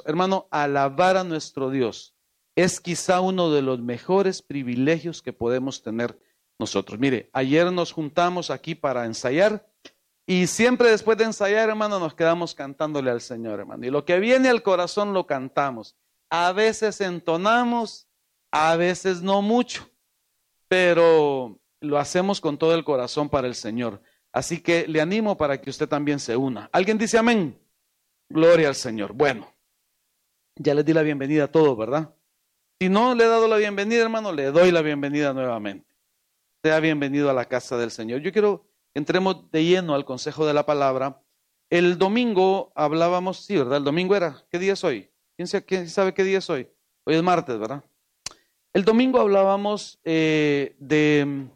Hermano, alabar a nuestro Dios es quizá uno de los mejores privilegios que podemos tener nosotros. Mire, ayer nos juntamos aquí para ensayar y siempre después de ensayar, hermano, nos quedamos cantándole al Señor, hermano. Y lo que viene al corazón lo cantamos. A veces entonamos, a veces no mucho, pero lo hacemos con todo el corazón para el Señor. Así que le animo para que usted también se una. ¿Alguien dice amén? Gloria al Señor. Bueno, ya les di la bienvenida a todos, ¿verdad? Si no le he dado la bienvenida, hermano, le doy la bienvenida nuevamente. Sea bienvenido a la casa del Señor. Yo quiero que entremos de lleno al consejo de la palabra. El domingo hablábamos, sí, ¿verdad? El domingo era, ¿qué día es hoy? ¿Quién sabe qué día es hoy? Hoy es martes, ¿verdad? El domingo hablábamos de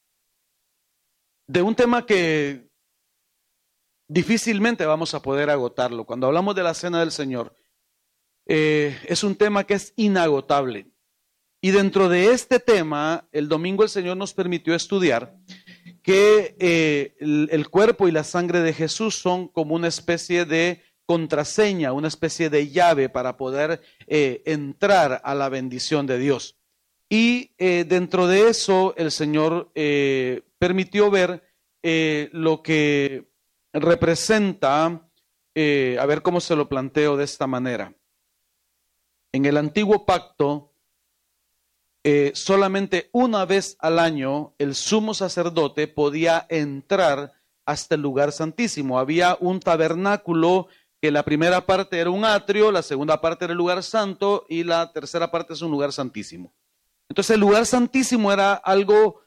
un tema que difícilmente vamos a poder agotarlo. Cuando hablamos de la cena del Señor, es un tema que es inagotable. Y dentro de este tema, el domingo el Señor nos permitió estudiar que el cuerpo y la sangre de Jesús son como una especie de contraseña, una especie de llave para poder entrar a la bendición de Dios. Y dentro de eso el Señor permitió ver lo que representa, a ver cómo se lo planteo de esta manera. En el antiguo pacto, solamente una vez al año el sumo sacerdote podía entrar hasta el lugar santísimo. Había un tabernáculo que la primera parte era un atrio, la segunda parte era el lugar santo y la tercera parte es un lugar santísimo. Entonces el lugar santísimo era algo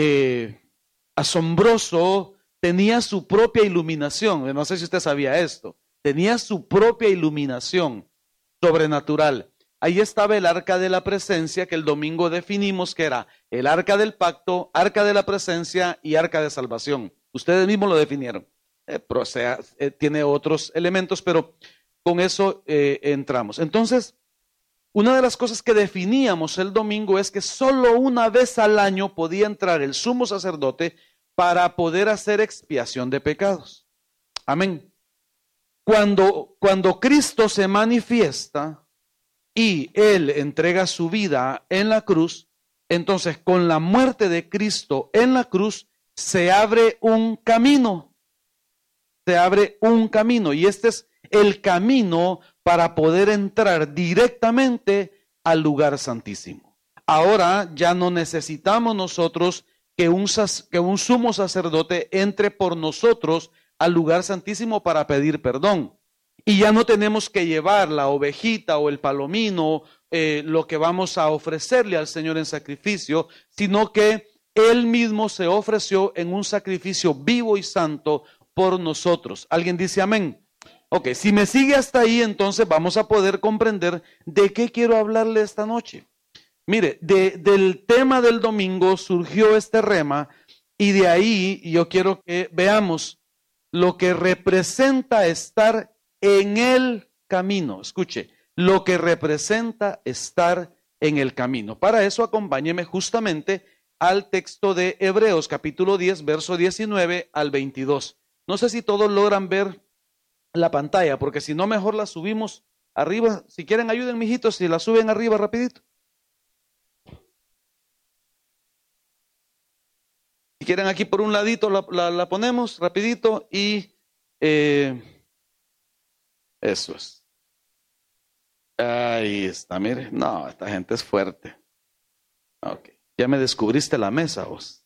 asombroso, tenía su propia iluminación. No sé si usted sabía esto. Tenía su propia iluminación sobrenatural. Ahí estaba el arca de la presencia que el domingo definimos que era el arca del pacto, arca de la presencia y arca de salvación. Ustedes mismos lo definieron. Tiene otros elementos, pero con eso entramos. Entonces, una de las cosas que definíamos el domingo es que solo una vez al año podía entrar el sumo sacerdote para poder hacer expiación de pecados. Amén. Cuando Cristo se manifiesta y Él entrega su vida en la cruz, entonces con la muerte de Cristo en la cruz se abre un camino. Se abre un camino y este es el camino para poder entrar directamente al lugar santísimo. Ahora ya no necesitamos nosotros que un sumo sacerdote entre por nosotros al lugar santísimo para pedir perdón. Y ya no tenemos que llevar la ovejita o el palomino, lo que vamos a ofrecerle al Señor en sacrificio, sino que Él mismo se ofreció en un sacrificio vivo y santo por nosotros. ¿Alguien dice amén? Ok, si me sigue hasta ahí, entonces vamos a poder comprender de qué quiero hablarle esta noche. Mire, del tema del domingo surgió este rema y de ahí yo quiero que veamos lo que representa estar en el camino. Escuche, lo que representa estar en el camino. Para eso acompáñeme justamente al texto de Hebreos capítulo 10, verso 19 al 22. No sé si todos logran ver la pantalla, porque si no mejor la subimos arriba. Si quieren ayuden, mijitos, si la suben arriba rapidito. Si quieren aquí por un ladito la ponemos rapidito y eso es. Ahí está, mire. No, esta gente es fuerte. Ok. Ya me descubriste la mesa vos.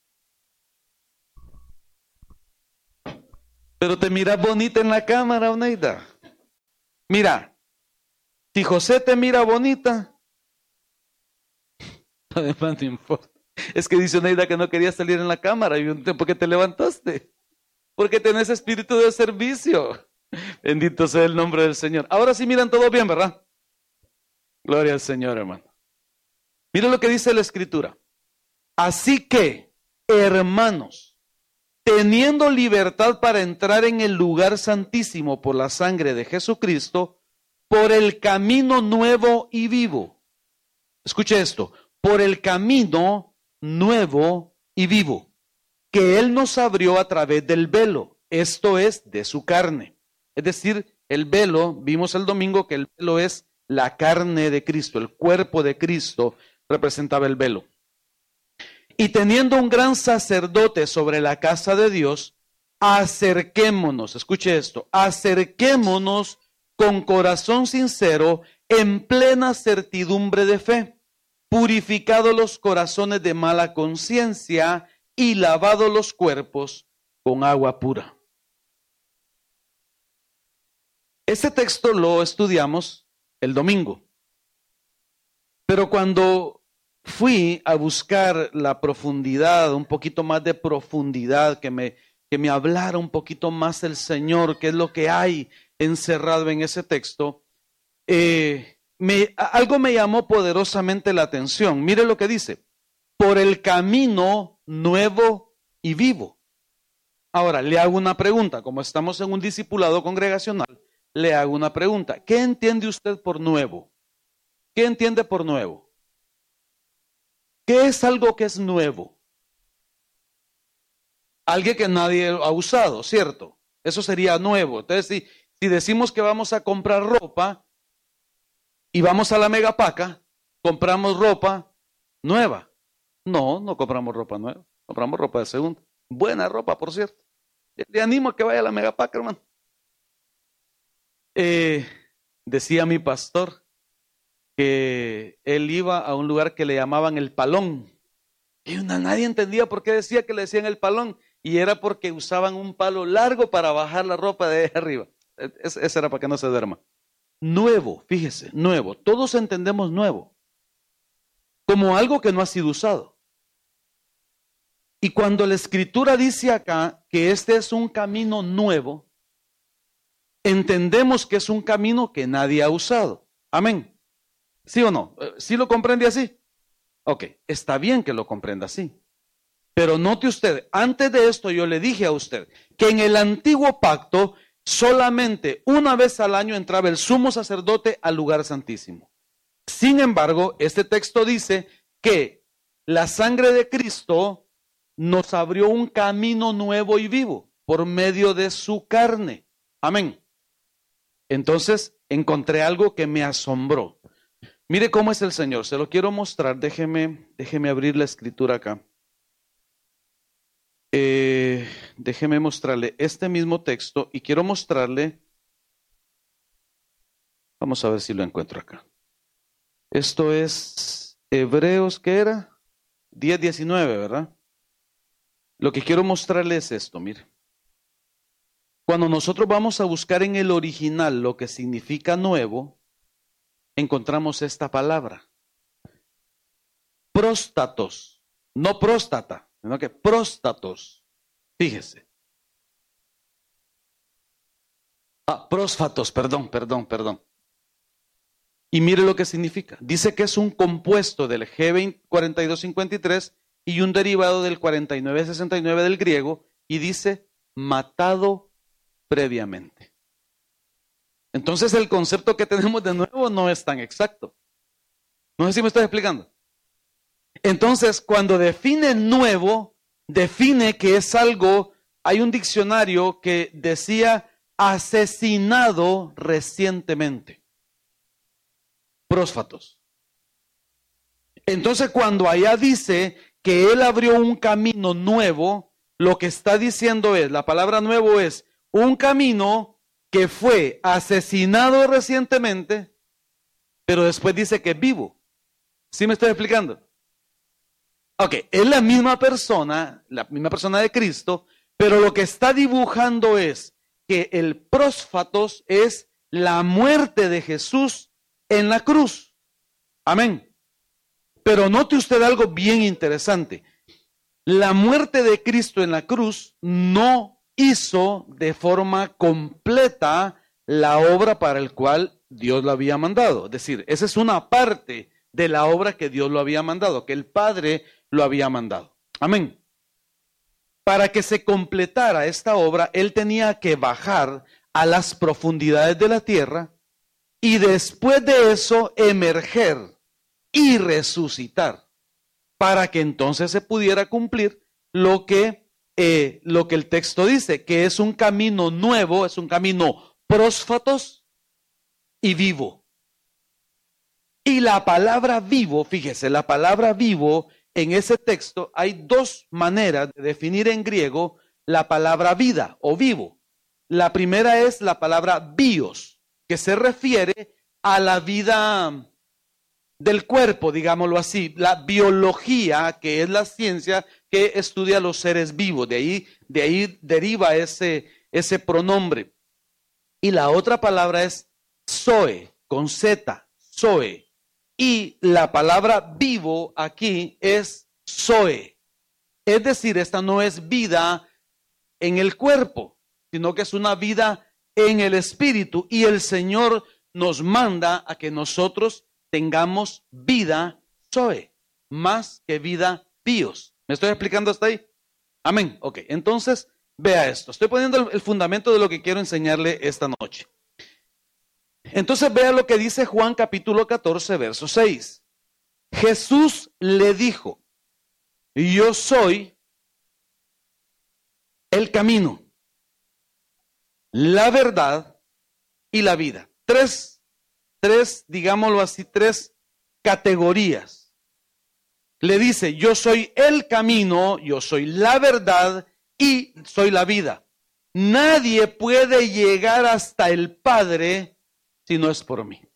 Pero te miras bonita en la cámara, Oneida. Mira, si José te mira bonita, además no importa. Es que dice Oneida que no quería salir en la cámara. ¿Y por qué te levantaste? Porque tenés espíritu de servicio. Bendito sea el nombre del Señor. Ahora sí miran todo bien, ¿verdad? Gloria al Señor, hermano. Mira lo que dice la Escritura. Así que, hermanos, teniendo libertad para entrar en el lugar santísimo por la sangre de Jesucristo, por el camino nuevo y vivo. Escuche esto, por el camino nuevo y vivo, que Él nos abrió a través del velo, esto es, de su carne. Es decir, El velo, vimos el domingo que el velo es la carne de Cristo, el cuerpo de Cristo representaba el velo. Y teniendo un gran sacerdote sobre la casa de Dios, acerquémonos, escuche esto, acerquémonos con corazón sincero, en plena certidumbre de fe, purificados los corazones de mala conciencia y lavados los cuerpos con agua pura. Este texto lo estudiamos el domingo, pero cuando fui a buscar la profundidad, un poquito más de profundidad, que me hablara un poquito más el Señor, qué es lo que hay encerrado en ese texto, algo me llamó poderosamente la atención. Mire lo que dice: por el camino nuevo y vivo. Ahora, le hago una pregunta, como estamos en un discipulado congregacional, le hago una pregunta. ¿Qué entiende usted por nuevo? ¿Qué entiende por nuevo? ¿Qué es algo que es nuevo? Algo que nadie ha usado, ¿cierto? Eso sería nuevo. Entonces, si decimos que vamos a comprar ropa y vamos a la Megapaca, compramos ropa nueva. No, no compramos ropa nueva, compramos ropa de segunda. Buena ropa, por cierto. Le animo a que vaya a la Megapaca, hermano. Decía mi pastor que él iba a un lugar que le llamaban el Palón. Y nadie entendía por qué decía que le decían el Palón. Y era porque usaban un palo largo para bajar la ropa de ahí arriba. Ese era para que no se duerma. Nuevo, fíjese, nuevo. Todos entendemos nuevo como algo que no ha sido usado. Y cuando la Escritura dice acá que este es un camino nuevo, entendemos que es un camino que nadie ha usado. Amén. ¿Sí o no? ¿Sí lo comprende así? Ok, está bien que lo comprenda así. Pero note usted, antes de esto yo le dije a usted que en el antiguo pacto solamente una vez al año entraba el sumo sacerdote al lugar santísimo. Sin embargo, este texto dice que la sangre de Cristo nos abrió un camino nuevo y vivo por medio de su carne. Amén. Entonces encontré algo que me asombró. Mire cómo es el Señor, se lo quiero mostrar. Déjeme abrir la escritura acá. Déjeme mostrarle este mismo texto y quiero mostrarle, vamos a ver si lo encuentro acá. Esto es Hebreos, ¿qué era? 10:19, ¿verdad? Lo que quiero mostrarle es esto, mire. Cuando nosotros vamos a buscar en el original lo que significa nuevo, encontramos esta palabra. Próstatos, no próstata, sino que próstatos. Fíjese. Prósfatos, perdón. Y mire lo que significa. Dice que es un compuesto del G4253 y un derivado del 4969 del griego, y dice matado previamente. Entonces el concepto que tenemos de nuevo no es tan exacto. No sé si me estoy explicando. Entonces, cuando define nuevo, define que es algo, hay un diccionario que decía asesinado recientemente. Prósfatos. Entonces, cuando allá dice que él abrió un camino nuevo, lo que está diciendo es, la palabra nuevo es un camino que fue asesinado recientemente, pero después dice que es vivo. ¿Sí me estoy explicando? Ok, es la misma persona de Cristo, pero lo que está dibujando es que el prósfatos es la muerte de Jesús en la cruz. Amén. Pero note usted algo bien interesante. La muerte de Cristo en la cruz no hizo de forma completa la obra para la cual Dios lo había mandado. Es decir, esa es una parte de la obra que Dios lo había mandado, que el Padre lo había mandado. Amén. Para que se completara esta obra, Él tenía que bajar a las profundidades de la tierra y después de eso emerger y resucitar, para que entonces se pudiera cumplir lo que el texto dice, que es un camino nuevo, es un camino prósfatos y vivo. Y la palabra vivo, fíjese, la palabra vivo en ese texto hay dos maneras de definir en griego la palabra vida o vivo. La primera es la palabra bios, que se refiere a la vida del cuerpo, digámoslo así, la biología, que es la ciencia que estudia los seres vivos. De ahí deriva ese pronombre. Y la otra palabra es zoe, con Z, zoe. Y la palabra vivo aquí es zoe. Es decir, esta no es vida en el cuerpo, sino que es una vida en el espíritu. Y el Señor nos manda a que nosotros tengamos vida zoe, más que vida bios. ¿Me estoy explicando hasta ahí? Amén. Ok, entonces vea esto. Estoy poniendo el fundamento de lo que quiero enseñarle esta noche. Entonces vea lo que dice Juan capítulo 14, verso 6. Jesús le dijo, yo soy el camino, la verdad y la vida. Tres, digámoslo así, tres categorías. Le dice, yo soy el camino, yo soy la verdad y soy la vida. Nadie puede llegar hasta el Padre si no es por mí.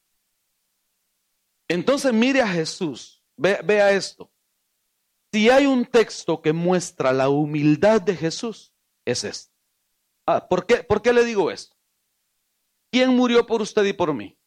Entonces mire a Jesús, vea esto. Si hay un texto que muestra la humildad de Jesús, es este. ¿Por qué le digo esto? ¿Quién murió por usted y por mí?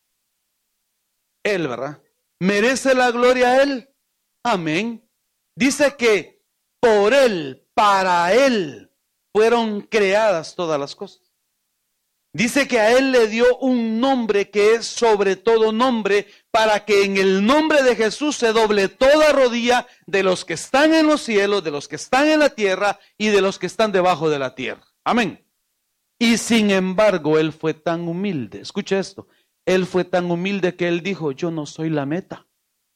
Él, ¿verdad? ¿Merece la gloria a Él? Amén. Dice que por Él, para Él, fueron creadas todas las cosas. Dice que a Él le dio un nombre que es sobre todo nombre, para que en el nombre de Jesús se doble toda rodilla de los que están en los cielos, de los que están en la tierra y de los que están debajo de la tierra. Amén. Y sin embargo, Él fue tan humilde. Escucha esto. Él fue tan humilde que Él dijo, yo no soy la meta.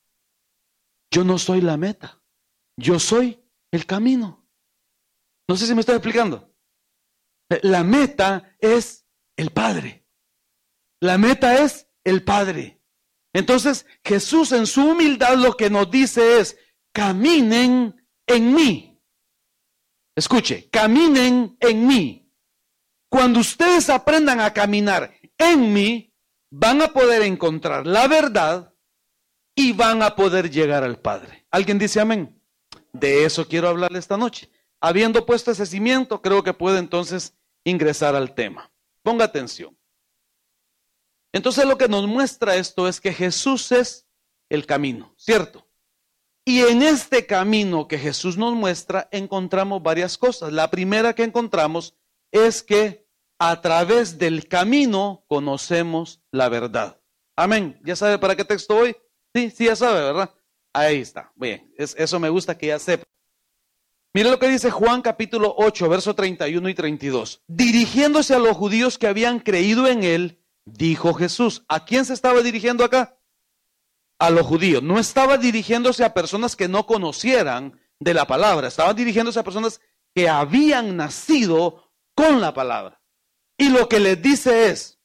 Yo no soy la meta. Yo soy el camino. No sé si me estoy explicando. La meta es el Padre. La meta es el Padre. Entonces, Jesús en su humildad lo que nos dice es, caminen en mí. Escuche, caminen en mí. Cuando ustedes aprendan a caminar en mí, van a poder encontrar la verdad y van a poder llegar al Padre. ¿Alguien dice amén? De eso quiero hablarle esta noche. Habiendo puesto ese cimiento, creo que puede entonces ingresar al tema. Ponga atención. Entonces lo que nos muestra esto es que Jesús es el camino, ¿cierto? Y en este camino que Jesús nos muestra encontramos varias cosas. La primera que encontramos es que a través del camino conocemos la verdad. Amén. ¿Ya sabe para qué texto voy? Sí, ya sabe, ¿verdad? Ahí está. Bien, eso me gusta que ya sepa. Mire lo que dice Juan capítulo 8, verso 31 y 32. Dirigiéndose a los judíos que habían creído en Él, dijo Jesús. ¿A quién se estaba dirigiendo acá? A los judíos. No estaba dirigiéndose a personas que no conocieran de la palabra. Estaba dirigiéndose a personas que habían nacido con la palabra. Y lo que les dice es,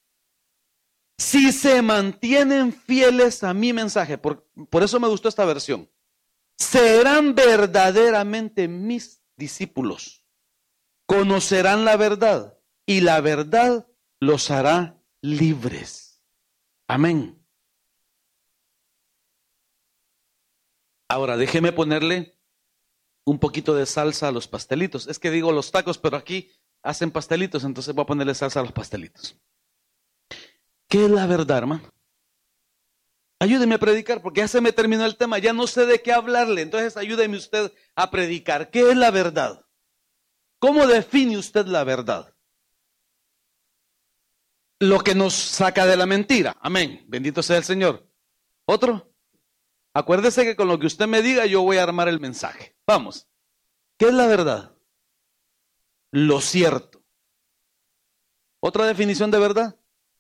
si se mantienen fieles a mi mensaje, por eso me gustó esta versión, serán verdaderamente mis discípulos, conocerán la verdad y la verdad los hará libres. Amén. Ahora déjeme ponerle un poquito de salsa a los pastelitos. Es que digo los tacos, pero aquí hacen pastelitos, entonces voy a ponerle salsa a los pastelitos. ¿Qué es la verdad, hermano? Ayúdeme a predicar, porque ya se me terminó el tema, ya no sé de qué hablarle, entonces ayúdeme usted a predicar. ¿Qué es la verdad? ¿Cómo define usted la verdad? Lo que nos saca de la mentira. Amén. Bendito sea el Señor. ¿Otro? Acuérdese que con lo que usted me diga yo voy a armar el mensaje. Vamos. ¿Qué es la verdad? Lo cierto. ¿Otra definición de verdad?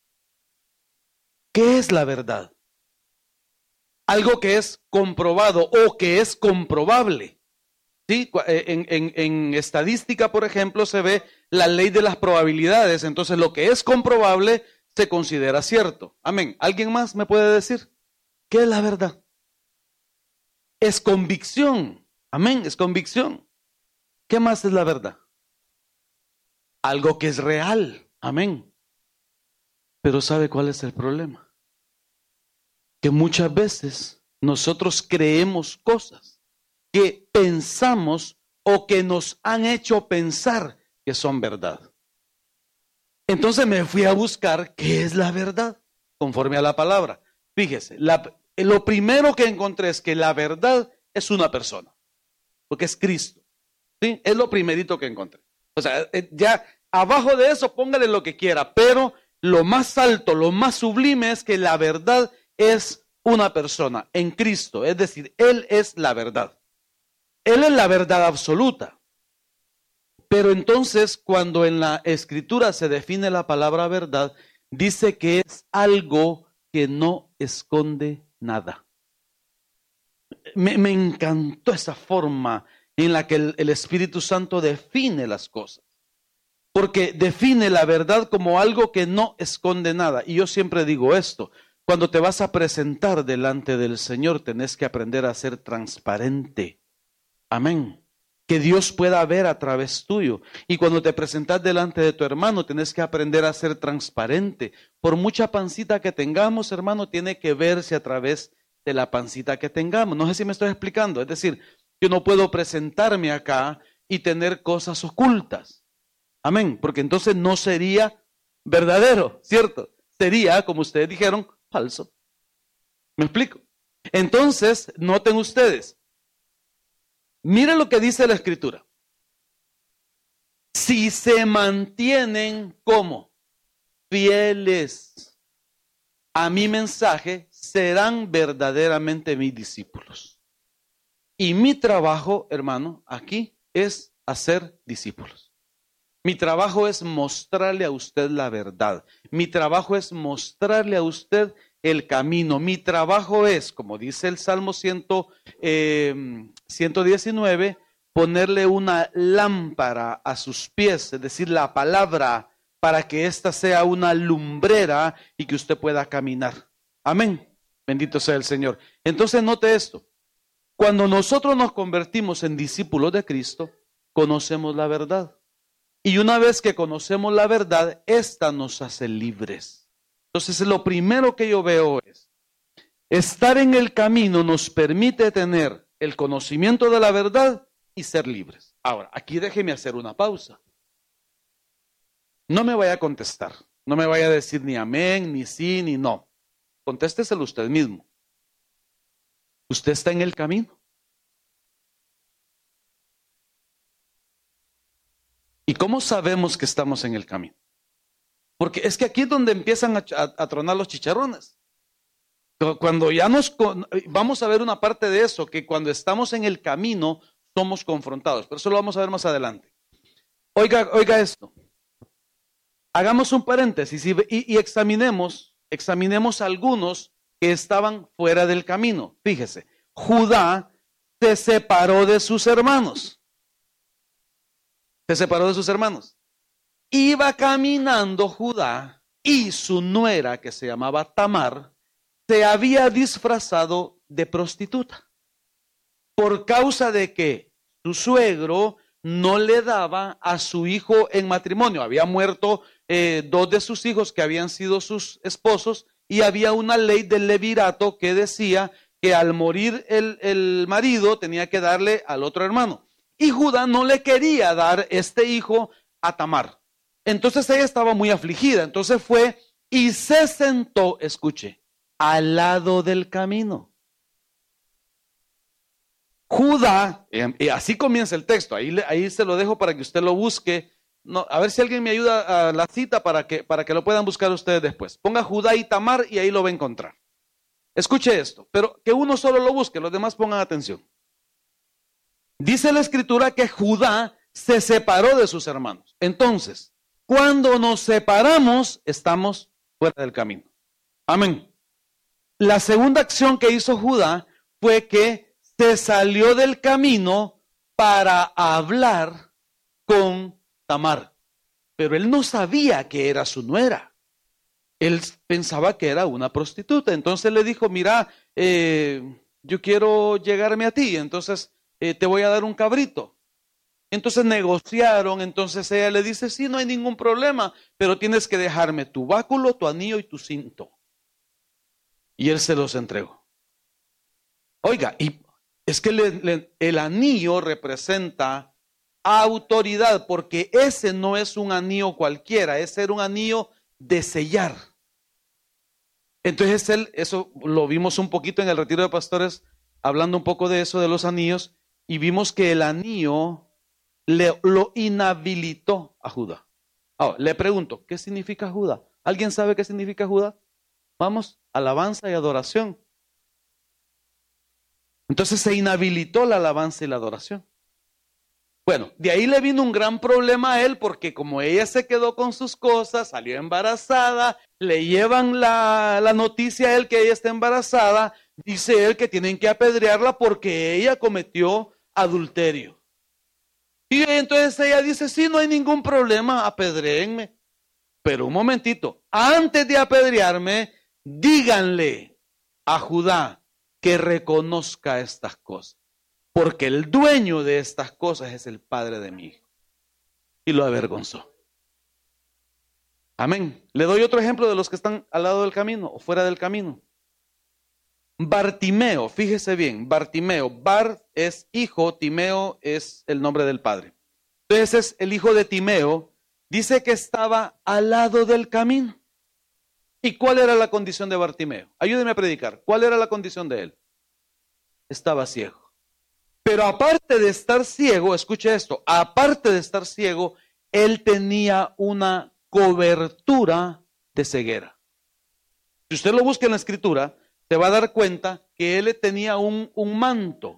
¿Qué es la verdad? Algo que es comprobado o que es comprobable. ¿Sí? En estadística, por ejemplo, se ve la ley de las probabilidades. Entonces lo que es comprobable se considera cierto. Amén. ¿Alguien más me puede decir qué es la verdad? Es convicción. Amén, es convicción. ¿Qué más es la verdad? Algo que es real. Amén. Pero ¿sabe cuál es el problema? Que muchas veces nosotros creemos cosas que pensamos o que nos han hecho pensar que son verdad. Entonces me fui a buscar qué es la verdad conforme a la palabra. Fíjese, lo primero que encontré es que la verdad es una persona, porque es Cristo. ¿Sí? Es lo primerito que encontré. O sea, ya abajo de eso póngale lo que quiera, pero lo más alto, lo más sublime es que la verdad es una persona en Cristo. Es decir, Él es la verdad. Él es la verdad absoluta. Pero entonces, cuando en la Escritura se define la palabra verdad, dice que es algo que no esconde nada. Me encantó esa forma en la que el Espíritu Santo define las cosas. Porque define la verdad como algo que no esconde nada. Y yo siempre digo esto, cuando te vas a presentar delante del Señor, tenés que aprender a ser transparente. Amén. Que Dios pueda ver a través tuyo. Y cuando te presentas delante de tu hermano, tenés que aprender a ser transparente. Por mucha pancita que tengamos, hermano, tiene que verse a través de la pancita que tengamos. No sé si me estoy explicando. Es decir, yo no puedo presentarme acá y tener cosas ocultas. Amén. Porque entonces no sería verdadero, ¿cierto? Sería, como ustedes dijeron, falso. ¿Me explico? Entonces, noten ustedes. Miren lo que dice la Escritura. Si se mantienen como fieles a mi mensaje, serán verdaderamente mis discípulos. Y mi trabajo, hermano, aquí es hacer discípulos. Mi trabajo es mostrarle a usted la verdad. Mi trabajo es mostrarle a usted el camino. Mi trabajo es, como dice el Salmo 119, ponerle una lámpara a sus pies, es decir, la palabra, para que ésta sea una lumbrera y que usted pueda caminar. Amén. Bendito sea el Señor. Entonces note esto. Cuando nosotros nos convertimos en discípulos de Cristo, conocemos la verdad. Y una vez que conocemos la verdad, esta nos hace libres. Entonces, lo primero que yo veo es, estar en el camino nos permite tener el conocimiento de la verdad y ser libres. Ahora, aquí déjeme hacer una pausa. No me vaya a contestar. No me vaya a decir ni amén, ni sí, ni no. Contésteselo usted mismo. ¿Usted está en el camino? ¿Y cómo sabemos que estamos en el camino? Porque es que aquí es donde empiezan a tronar los chicharrones. Cuando ya vamos a ver una parte de eso, que cuando estamos en el camino somos confrontados. Pero eso lo vamos a ver más adelante. Oiga esto. Hagamos un paréntesis y examinemos algunos que estaban fuera del camino. Fíjese, Judá se separó de sus hermanos. Se separó de sus hermanos. Iba caminando Judá y su nuera, que se llamaba Tamar, se había disfrazado de prostituta por causa de que su suegro no le daba a su hijo en matrimonio. Había muerto 2 de sus hijos que habían sido sus esposos y había una ley del levirato que decía que al morir el marido tenía que darle al otro hermano. Y Judá no le quería dar este hijo a Tamar. Entonces ella estaba muy afligida. Entonces fue y se sentó, escuche, al lado del camino. Judá, y así comienza el texto, ahí se lo dejo para que usted lo busque. No, a ver si alguien me ayuda a la cita para que lo puedan buscar ustedes después. Ponga Judá y Tamar y ahí lo va a encontrar. Escuche esto, pero que uno solo lo busque, los demás pongan atención. Dice la Escritura que Judá se separó de sus hermanos. Entonces, cuando nos separamos, estamos fuera del camino. Amén. La segunda acción que hizo Judá fue que se salió del camino para hablar con Tamar. pero él no sabía que era su nuera. Él pensaba que era una prostituta. Entonces le dijo, mira, yo quiero llegarme a ti, entonces te voy a dar un cabrito. Entonces negociaron, entonces ella le dice, sí, no hay ningún problema, pero tienes que dejarme tu báculo, tu anillo y tu cinto. Y él se los entregó. Oiga, y es que el anillo representa autoridad, porque ese no es un anillo cualquiera, ese era un anillo de sellar. Entonces eso lo vimos un poquito en el retiro de pastores, hablando un poco de eso, de los anillos, y vimos que el anillo lo inhabilitó a Judá. Ahora, le pregunto, ¿qué significa Judá? ¿Alguien sabe qué significa Judá? Vamos, alabanza y adoración. Entonces se inhabilitó la alabanza y la adoración. Bueno, de ahí le vino un gran problema a él, porque como ella se quedó con sus cosas, salió embarazada, le llevan la noticia a él que ella está embarazada, dice él que tienen que apedrearla porque ella cometió adulterio. Y entonces ella dice, sí, no hay ningún problema, apedréenme. Pero un momentito, antes de apedrearme, díganle a Judá que reconozca estas cosas, porque el dueño de estas cosas es el padre de mi hijo. Y lo avergonzó. Amén. Le doy otro ejemplo de los que están al lado del camino o fuera del camino. Bartimeo, fíjese bien, Bartimeo, Bar es hijo, Timeo es el nombre del padre. Entonces es el hijo de Timeo, dice que estaba al lado del camino. ¿Y cuál era la condición de Bartimeo? Ayúdeme a predicar. ¿Cuál era la condición de él? Estaba ciego. Pero aparte de estar ciego, escuche esto, aparte de estar ciego, él tenía una cobertura de ceguera. Si usted lo busca en la escritura, se va a dar cuenta que él tenía un manto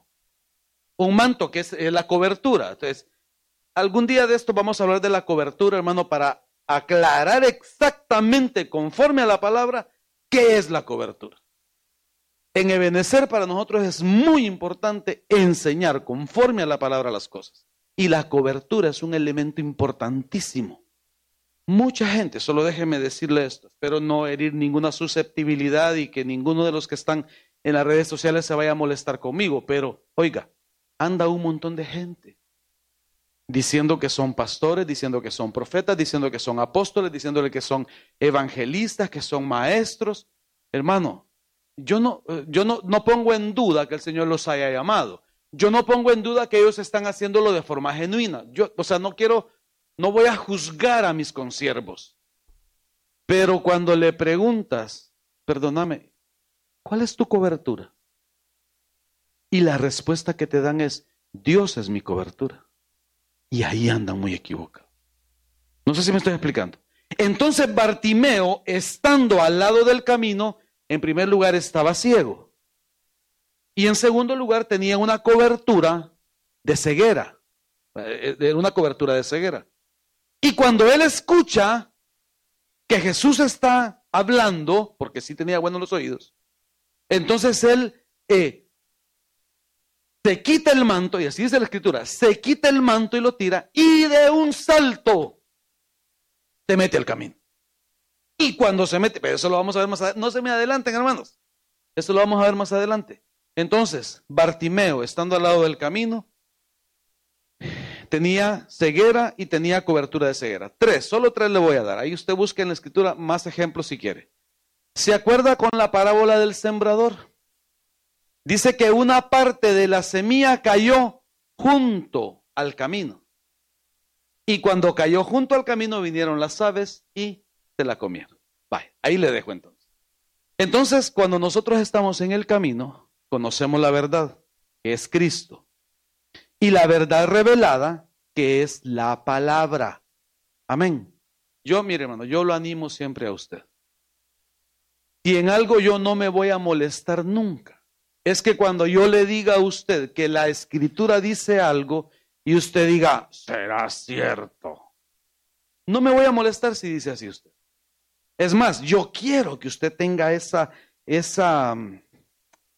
que es la cobertura. Entonces, algún día de esto vamos a hablar de la cobertura, hermano, para aclarar exactamente, conforme a la palabra, qué es la cobertura. En Ebenezer para nosotros es muy importante enseñar conforme a la palabra las cosas. Y la cobertura es un elemento importantísimo. Mucha gente, solo déjeme decirle esto, espero no herir ninguna susceptibilidad y que ninguno de los que están en las redes sociales se vaya a molestar conmigo, pero oiga, anda un montón de gente diciendo que son pastores, diciendo que son profetas, diciendo que son apóstoles, diciéndole que son evangelistas, que son maestros. Hermano, yo no pongo en duda que el Señor los haya llamado. Yo no pongo en duda que ellos están haciéndolo de forma genuina. No voy a juzgar a mis consiervos. Pero cuando le preguntas, perdóname, ¿cuál es tu cobertura? Y la respuesta que te dan es, Dios es mi cobertura. Y ahí andan muy equivocados. No sé si me estoy explicando. Entonces Bartimeo, estando al lado del camino, en primer lugar estaba ciego. Y en segundo lugar tenía una cobertura de ceguera. Una cobertura de ceguera. Y cuando él escucha que Jesús está hablando, porque sí tenía buenos los oídos, entonces él se quita el manto, y así dice la escritura, se quita el manto y lo tira, y de un salto se mete al camino. Y cuando se mete, pero eso lo vamos a ver más adelante, no se me adelanten, hermanos, eso lo vamos a ver más adelante. Entonces, Bartimeo, estando al lado del camino, tenía ceguera y tenía cobertura de ceguera. Solo tres le voy a dar. Ahí usted busque en la escritura más ejemplos si quiere. ¿Se acuerda con la parábola del sembrador? Dice que una parte de la semilla cayó junto al camino. Y cuando cayó junto al camino vinieron las aves y se la comieron. Vaya, ahí le dejo entonces. Entonces, cuando nosotros estamos en el camino, conocemos la verdad, que es Cristo. Y la verdad revelada, que es la palabra. Amén. Mire hermano, yo lo animo siempre a usted. Y en algo yo no me voy a molestar nunca. Es que cuando yo le diga a usted que la escritura dice algo y usted diga, será cierto. No me voy a molestar si dice así usted. Es más, yo quiero que usted tenga esa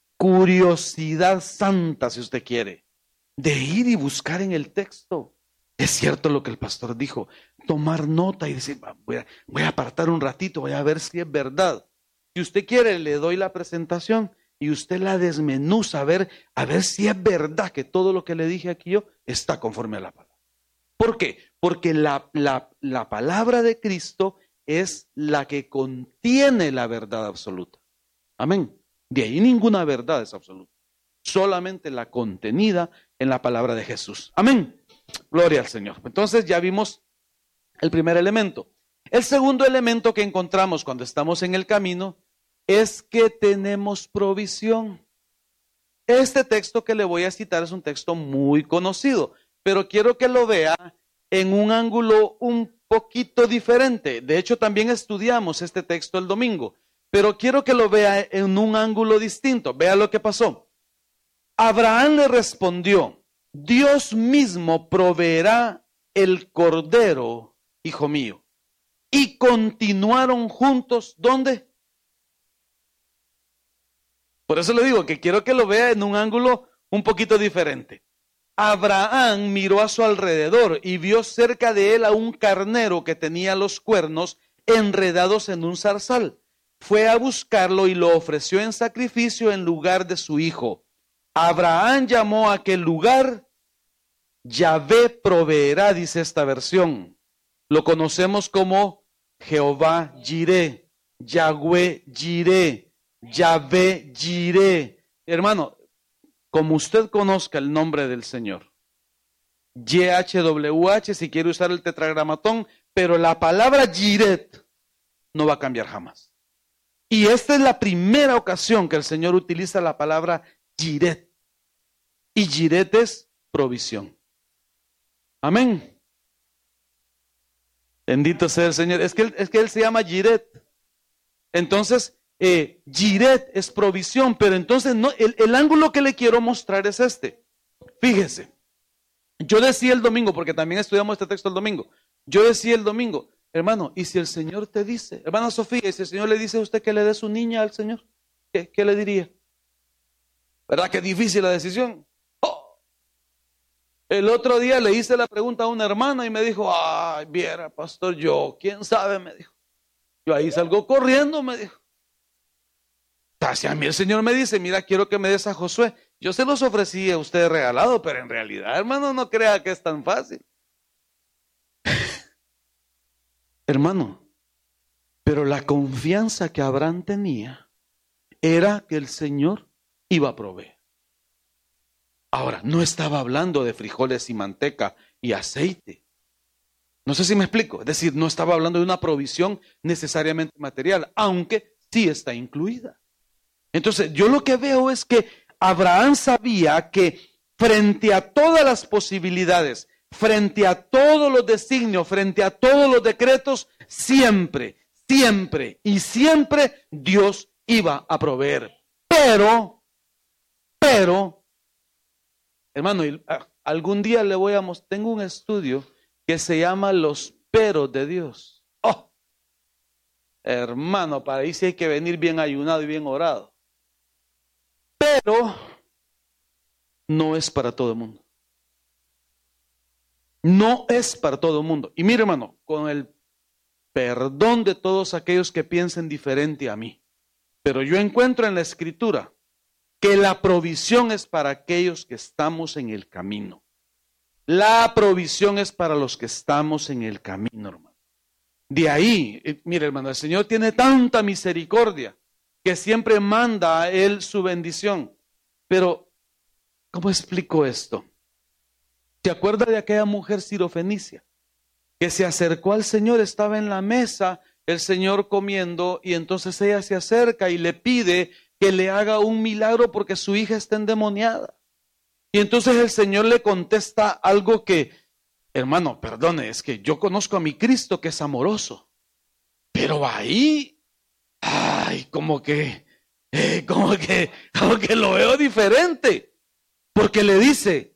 curiosidad santa, si usted quiere, de ir y buscar en el texto. Es cierto lo que el pastor dijo, tomar nota y decir, voy a apartar un ratito, voy a ver si es verdad. Si usted quiere, le doy la presentación y usted la desmenuza, a ver si es verdad que todo lo que le dije aquí yo está conforme a la palabra. ¿Por qué? Porque la palabra de Cristo es la que contiene la verdad absoluta. Amén. De ahí ninguna verdad es absoluta. Solamente la contenida en la palabra de Jesús. Amén. Gloria al Señor. Entonces ya vimos el primer elemento. El segundo elemento que encontramos cuando estamos en el camino es que tenemos provisión. Este texto que le voy a citar es un texto muy conocido, pero quiero que lo vea en un ángulo un poquito diferente. De hecho, también estudiamos este texto el domingo, pero quiero que lo vea en un ángulo distinto. Vea lo que pasó. Abraham le respondió, Dios mismo proveerá el cordero, hijo mío. Y continuaron juntos, ¿dónde? Por eso le digo que quiero que lo vea en un ángulo un poquito diferente. Abraham miró a su alrededor y vio cerca de él a un carnero que tenía los cuernos enredados en un zarzal. Fue a buscarlo y lo ofreció en sacrificio en lugar de su hijo. Abraham llamó a aquel lugar Yahvé proveerá, dice esta versión. Lo conocemos como Jehová Jireh, Yahweh Jireh, Yahvé Jireh. Hermano, como usted conozca el nombre del Señor, YHWH, si quiere usar el tetragramatón, pero la palabra Jireh no va a cambiar jamás. Y esta es la primera ocasión que el Señor utiliza la palabra Jireh. Y Jireh es provisión. Amén. Bendito sea el Señor. Es que él se llama Jireh. Entonces, Jireh es provisión, pero entonces no, el ángulo que le quiero mostrar es este. Fíjese, yo decía el domingo, porque también estudiamos este texto el domingo, yo decía el domingo, hermano, y si el Señor te dice, hermana Sofía, y si el Señor le dice a usted que le dé su niña al Señor, ¿qué le diría? ¿Verdad que es difícil la decisión? Oh. El otro día le hice la pregunta a una hermana y me dijo, ay, viera, pastor, yo, quién sabe, me dijo. Yo ahí salgo corriendo, me dijo. Si a mí el Señor me dice, mira, quiero que me des a Josué, yo se los ofrecí a usted regalado, pero en realidad, hermano, no crea que es tan fácil. Hermano, pero la confianza que Abraham tenía era que el Señor iba a proveer. Ahora, no estaba hablando de frijoles y manteca y aceite. No sé si me explico. Es decir, no estaba hablando de una provisión necesariamente material, aunque sí está incluida. Entonces, yo lo que veo es que Abraham sabía que frente a todas las posibilidades, frente a todos los designios, frente a todos los decretos, siempre Dios iba a proveer. Pero, hermano, algún día le voy a mostrar, tengo un estudio que se llama Los Peros de Dios. Oh, hermano, para ahí sí hay que venir bien ayunado y bien orado. Pero no es para todo el mundo. No es para todo el mundo. Y mire, hermano, con el perdón de todos aquellos que piensen diferente a mí, pero yo encuentro en la Escritura que la provisión es para aquellos que estamos en el camino. La provisión es para los que estamos en el camino, hermano. De ahí, mire, hermano, el Señor tiene tanta misericordia que siempre manda a Él su bendición. Pero, ¿cómo explico esto? ¿Se acuerda de aquella mujer sirofenicia que se acercó al Señor, estaba en la mesa, el Señor comiendo, y entonces ella se acerca y le pide que le haga un milagro porque su hija está endemoniada? Y entonces el Señor le contesta algo que, hermano, perdone, es que yo conozco a mi Cristo que es amoroso, pero ahí, ay, como que lo veo diferente, porque le dice,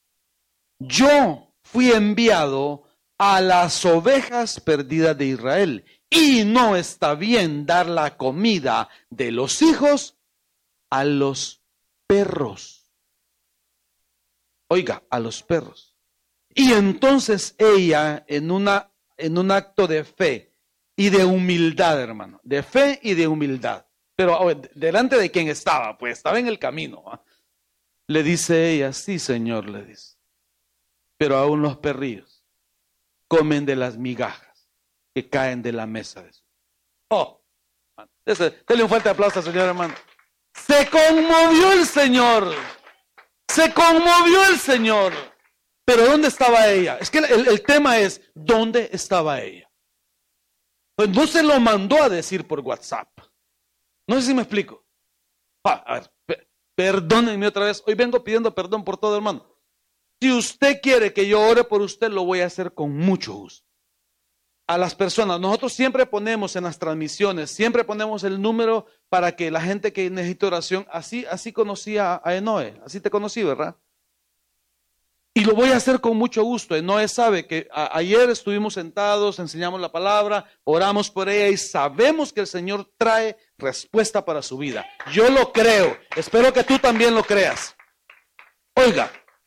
yo fui enviado a las ovejas perdidas de Israel, y no está bien dar la comida de los hijos a los perros. Oiga, a los perros. Y entonces ella, en un acto de fe y de humildad, hermano, de fe y de humildad, pero delante de quien estaba, pues estaba en el camino, ¿eh? Le dice ella, sí, Señor, le dice, pero aún los perrillos comen de las migajas que caen de la mesa de su. Oh, dale un fuerte aplauso, Señor, hermano. Se conmovió el Señor. Se conmovió el Señor. Pero ¿dónde estaba ella? Es que el tema es, ¿dónde estaba ella? Pues no se lo mandó a decir por WhatsApp. No sé si me explico. A ver, perdónenme otra vez. Hoy vengo pidiendo perdón por todo, hermano. Si usted quiere que yo ore por usted, lo voy a hacer con mucho gusto. A las personas, nosotros siempre ponemos en las transmisiones, siempre ponemos el número para que la gente que necesite oración, así conocí a Enoe, así te conocí, ¿verdad? Y lo voy a hacer con mucho gusto. Enoe sabe que ayer estuvimos sentados, enseñamos la palabra, oramos por ella y sabemos que el Señor trae respuesta para su vida. Yo lo creo, espero que tú también lo creas. Oiga,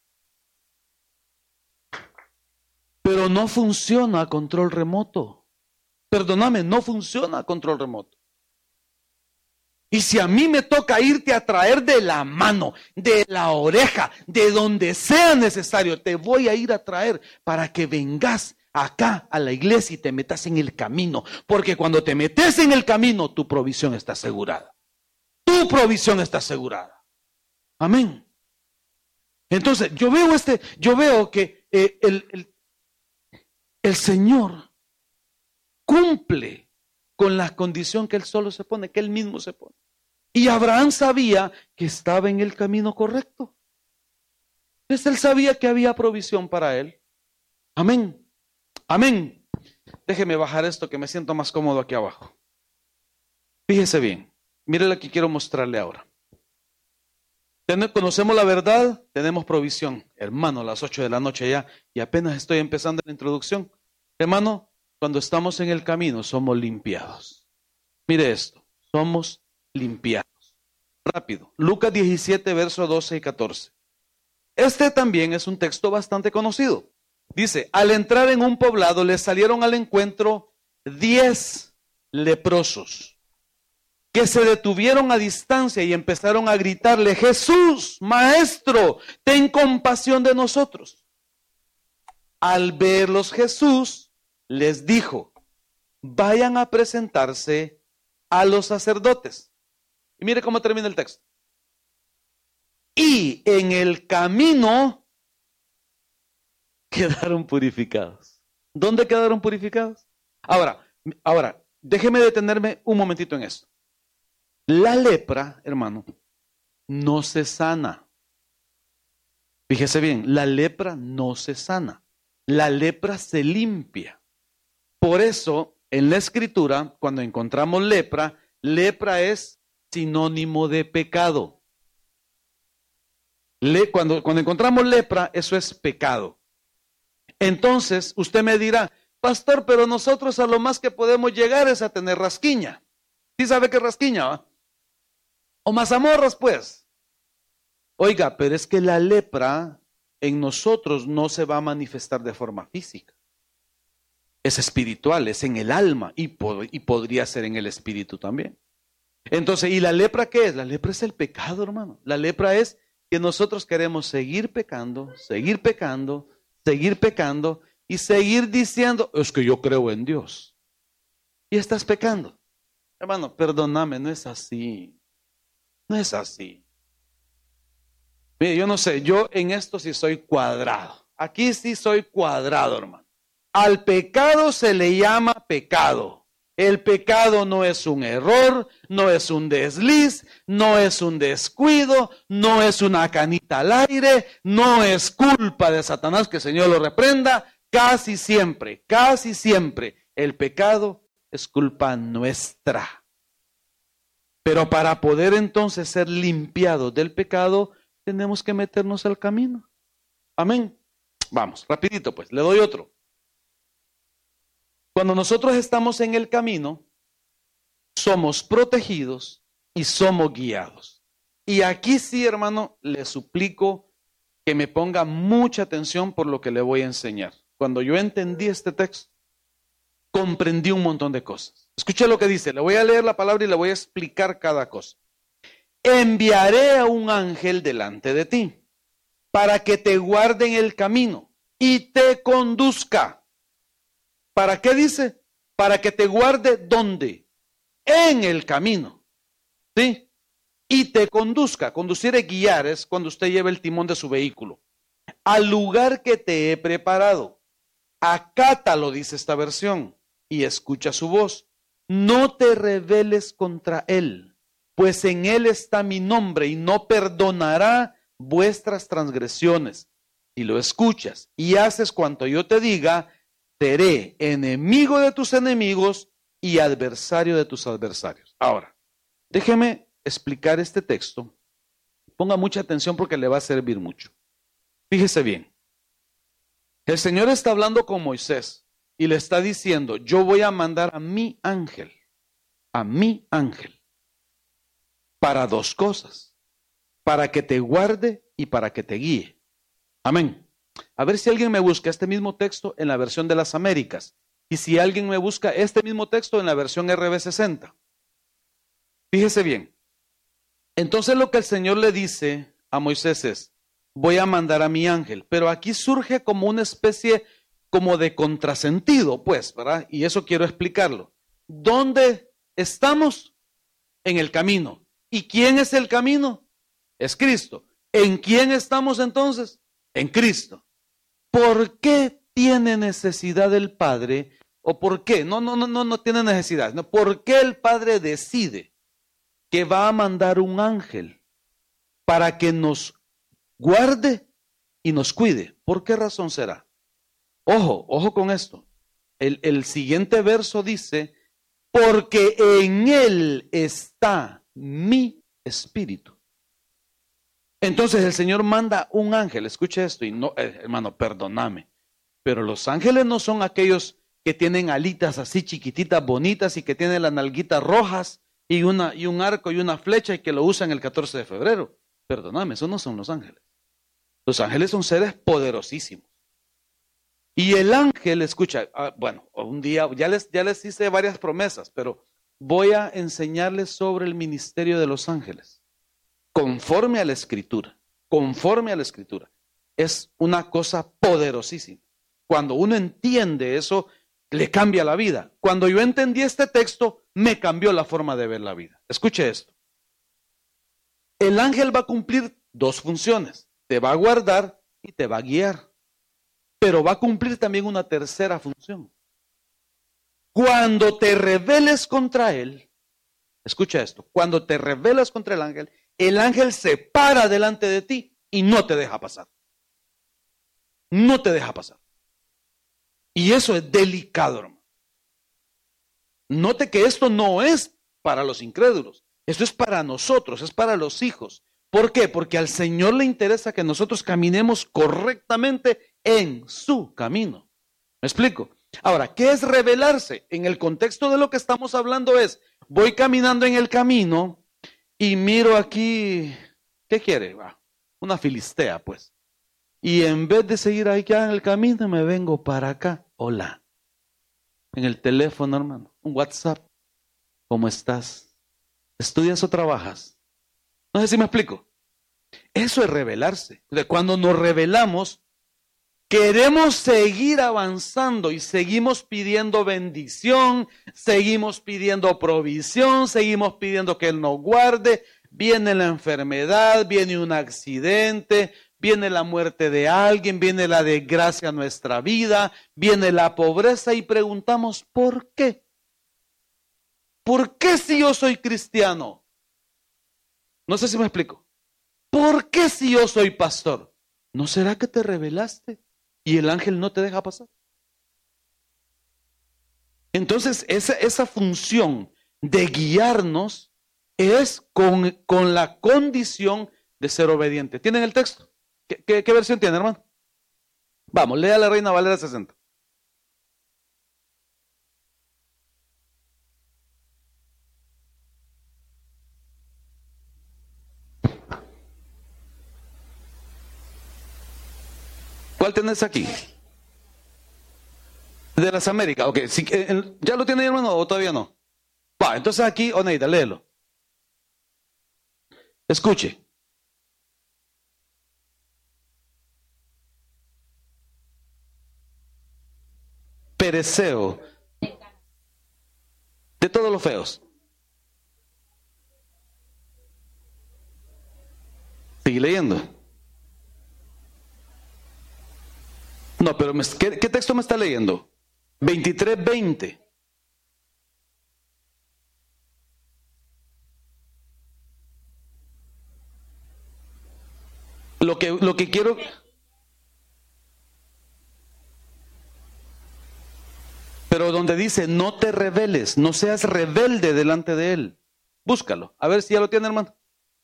pero no funciona a control remoto. Perdóname, no funciona a control remoto. Y si a mí me toca irte a traer de la mano, de la oreja, de donde sea necesario, te voy a ir a traer para que vengas acá a la iglesia y te metas en el camino. Porque cuando te metes en el camino, tu provisión está asegurada. Tu provisión está asegurada. Amén. Entonces, yo veo que el Señor cumple con la condición que Él solo se pone, que Él mismo se pone. Y Abraham sabía que estaba en el camino correcto. Entonces Él sabía que había provisión para él. Amén. Amén. Déjeme bajar esto que me siento más cómodo aquí abajo. Fíjese bien. Mire lo que quiero mostrarle ahora. Conocemos la verdad, tenemos provisión. Hermano, a las 8 de la noche ya, y apenas estoy empezando la introducción. Hermano, cuando estamos en el camino somos limpiados. Mire esto, somos limpiados. Rápido, Lucas 17, versos 12 y 14. Este también es un texto bastante conocido. Dice, al entrar en un poblado le salieron al encuentro 10 leprosos que se detuvieron a distancia y empezaron a gritarle, Jesús, Maestro, ten compasión de nosotros. Al verlos Jesús les dijo, vayan a presentarse a los sacerdotes. Y mire cómo termina el texto. Y en el camino quedaron purificados. ¿Dónde quedaron purificados? Ahora, déjeme detenerme un momentito en esto. La lepra, hermano, no se sana. Fíjese bien, la lepra no se sana. La lepra se limpia. Por eso, en la Escritura, cuando encontramos lepra, lepra es sinónimo de pecado. Cuando encontramos lepra, eso es pecado. Entonces, usted me dirá, pastor, pero nosotros a lo más que podemos llegar es a tener rasquiña. ¿Sí sabe qué es rasquiña, va? O mazamorras, pues. Oiga, pero es que la lepra en nosotros no se va a manifestar de forma física. Es espiritual, es en el alma y podría ser en el espíritu también. Entonces, ¿y la lepra qué es? La lepra es el pecado, hermano. La lepra es que nosotros queremos seguir pecando y seguir diciendo, es que yo creo en Dios. Y estás pecando. Hermano, perdóname, no es así. No es así. Mire, yo no sé, yo en esto sí soy cuadrado. Aquí sí soy cuadrado, hermano. Al pecado se le llama pecado. El pecado no es un error, no es un desliz, no es un descuido, no es una canita al aire, no es culpa de Satanás, que el Señor lo reprenda. Casi siempre el pecado es culpa nuestra. Pero para poder entonces ser limpiados del pecado, tenemos que meternos al camino. Amén. Vamos, rapidito pues, le doy otro. Cuando nosotros estamos en el camino, somos protegidos y somos guiados. Y aquí sí, hermano, le suplico que me ponga mucha atención por lo que le voy a enseñar. Cuando yo entendí este texto, comprendí un montón de cosas. Escuche lo que dice, le voy a leer la palabra y le voy a explicar cada cosa. Enviaré a un ángel delante de ti para que te guarde en el camino y te conduzca. ¿Para qué dice? Para que te guarde ¿dónde? En el camino. ¿Sí? Y te conduzca. Conducir es guiar, es cuando usted lleva el timón de su vehículo. Al lugar que te he preparado. Acátalo, dice esta versión, y escucha su voz. No te rebeles contra él, pues en él está mi nombre y no perdonará vuestras transgresiones. Si lo escuchas y haces cuanto yo te diga, seré enemigo de tus enemigos y adversario de tus adversarios. Ahora, déjeme explicar este texto. Ponga mucha atención porque le va a servir mucho. Fíjese bien. El Señor está hablando con Moisés y le está diciendo, yo voy a mandar a mi ángel, para dos cosas, para que te guarde y para que te guíe. Amén. A ver si alguien me busca este mismo texto en la versión de las Américas y si alguien me busca este mismo texto en la versión RB60. Fíjese bien. Entonces lo que el Señor le dice a Moisés es, voy a mandar a mi ángel, pero aquí surge como una especie como de contrasentido, pues, ¿verdad? Y eso quiero explicarlo. ¿Dónde estamos? En el camino. ¿Y quién es el camino? Es Cristo. ¿En quién estamos entonces? En Cristo. ¿Por qué tiene necesidad el Padre? ¿O por qué? No tiene necesidad. No, ¿por qué el Padre decide que va a mandar un ángel para que nos guarde y nos cuide? ¿Por qué razón será? Ojo con esto. El siguiente verso dice, porque en él está mi espíritu. Entonces el Señor manda un ángel, escuche esto, y no, hermano, perdóname, pero los ángeles no son aquellos que tienen alitas así chiquititas, bonitas y que tienen las nalguitas rojas y un arco y una flecha y que lo usan el 14 de febrero. Perdóname, esos no son los ángeles. Los ángeles son seres poderosísimos. Y el ángel, escucha, bueno, un día ya les hice varias promesas, pero voy a enseñarles sobre el ministerio de los ángeles, conforme a la Escritura, conforme a la Escritura. Es una cosa poderosísima. Cuando uno entiende eso, le cambia la vida. Cuando yo entendí este texto, me cambió la forma de ver la vida. Escuche esto. El ángel va a cumplir dos funciones. Te va a guardar y te va a guiar. Pero va a cumplir también una tercera función. Cuando te rebeles contra él, escucha esto, cuando te rebelas contra el ángel se para delante de ti y no te deja pasar. No te deja pasar. Y eso es delicado, hermano. Note que esto no es para los incrédulos, esto es para nosotros, es para los hijos. ¿Por qué? Porque al Señor le interesa que nosotros caminemos correctamente en su camino. ¿Me explico? Ahora, ¿qué es rebelarse? En el contexto de lo que estamos hablando es, voy caminando en el camino y miro aquí, ¿qué quiere? Una filistea, pues. Y en vez de seguir allá en el camino, me vengo para acá. Hola. En el teléfono, hermano. Un WhatsApp. ¿Cómo estás? ¿Estudias o trabajas? No sé si me explico. Eso es rebelarse. Cuando nos rebelamos, queremos seguir avanzando y seguimos pidiendo bendición, seguimos pidiendo provisión, seguimos pidiendo que Él nos guarde. Viene la enfermedad, viene un accidente, viene la muerte de alguien, viene la desgracia a nuestra vida, viene la pobreza y preguntamos, ¿por qué? ¿Por qué si yo soy cristiano? No sé si me explico. ¿Por qué si yo soy pastor? ¿No será que te rebelaste y el ángel no te deja pasar? Entonces, esa función de guiarnos es con la condición de ser obediente. ¿Tienen el texto? ¿Qué versión tiene, hermano? Vamos, lea la Reina Valera 60. ¿Cuál tenés aquí? De las Américas. Ok, ¿ya lo tiene ahí, hermano, o todavía no? Va, entonces aquí, Oneida, léelo. Escuche. Pereceo de todos los feos. Sigue leyendo. No, pero ¿qué texto me está leyendo? 23:20. Lo que quiero... Pero donde dice, no te rebeles, no seas rebelde delante de él. Búscalo, a ver si ya lo tiene, hermano.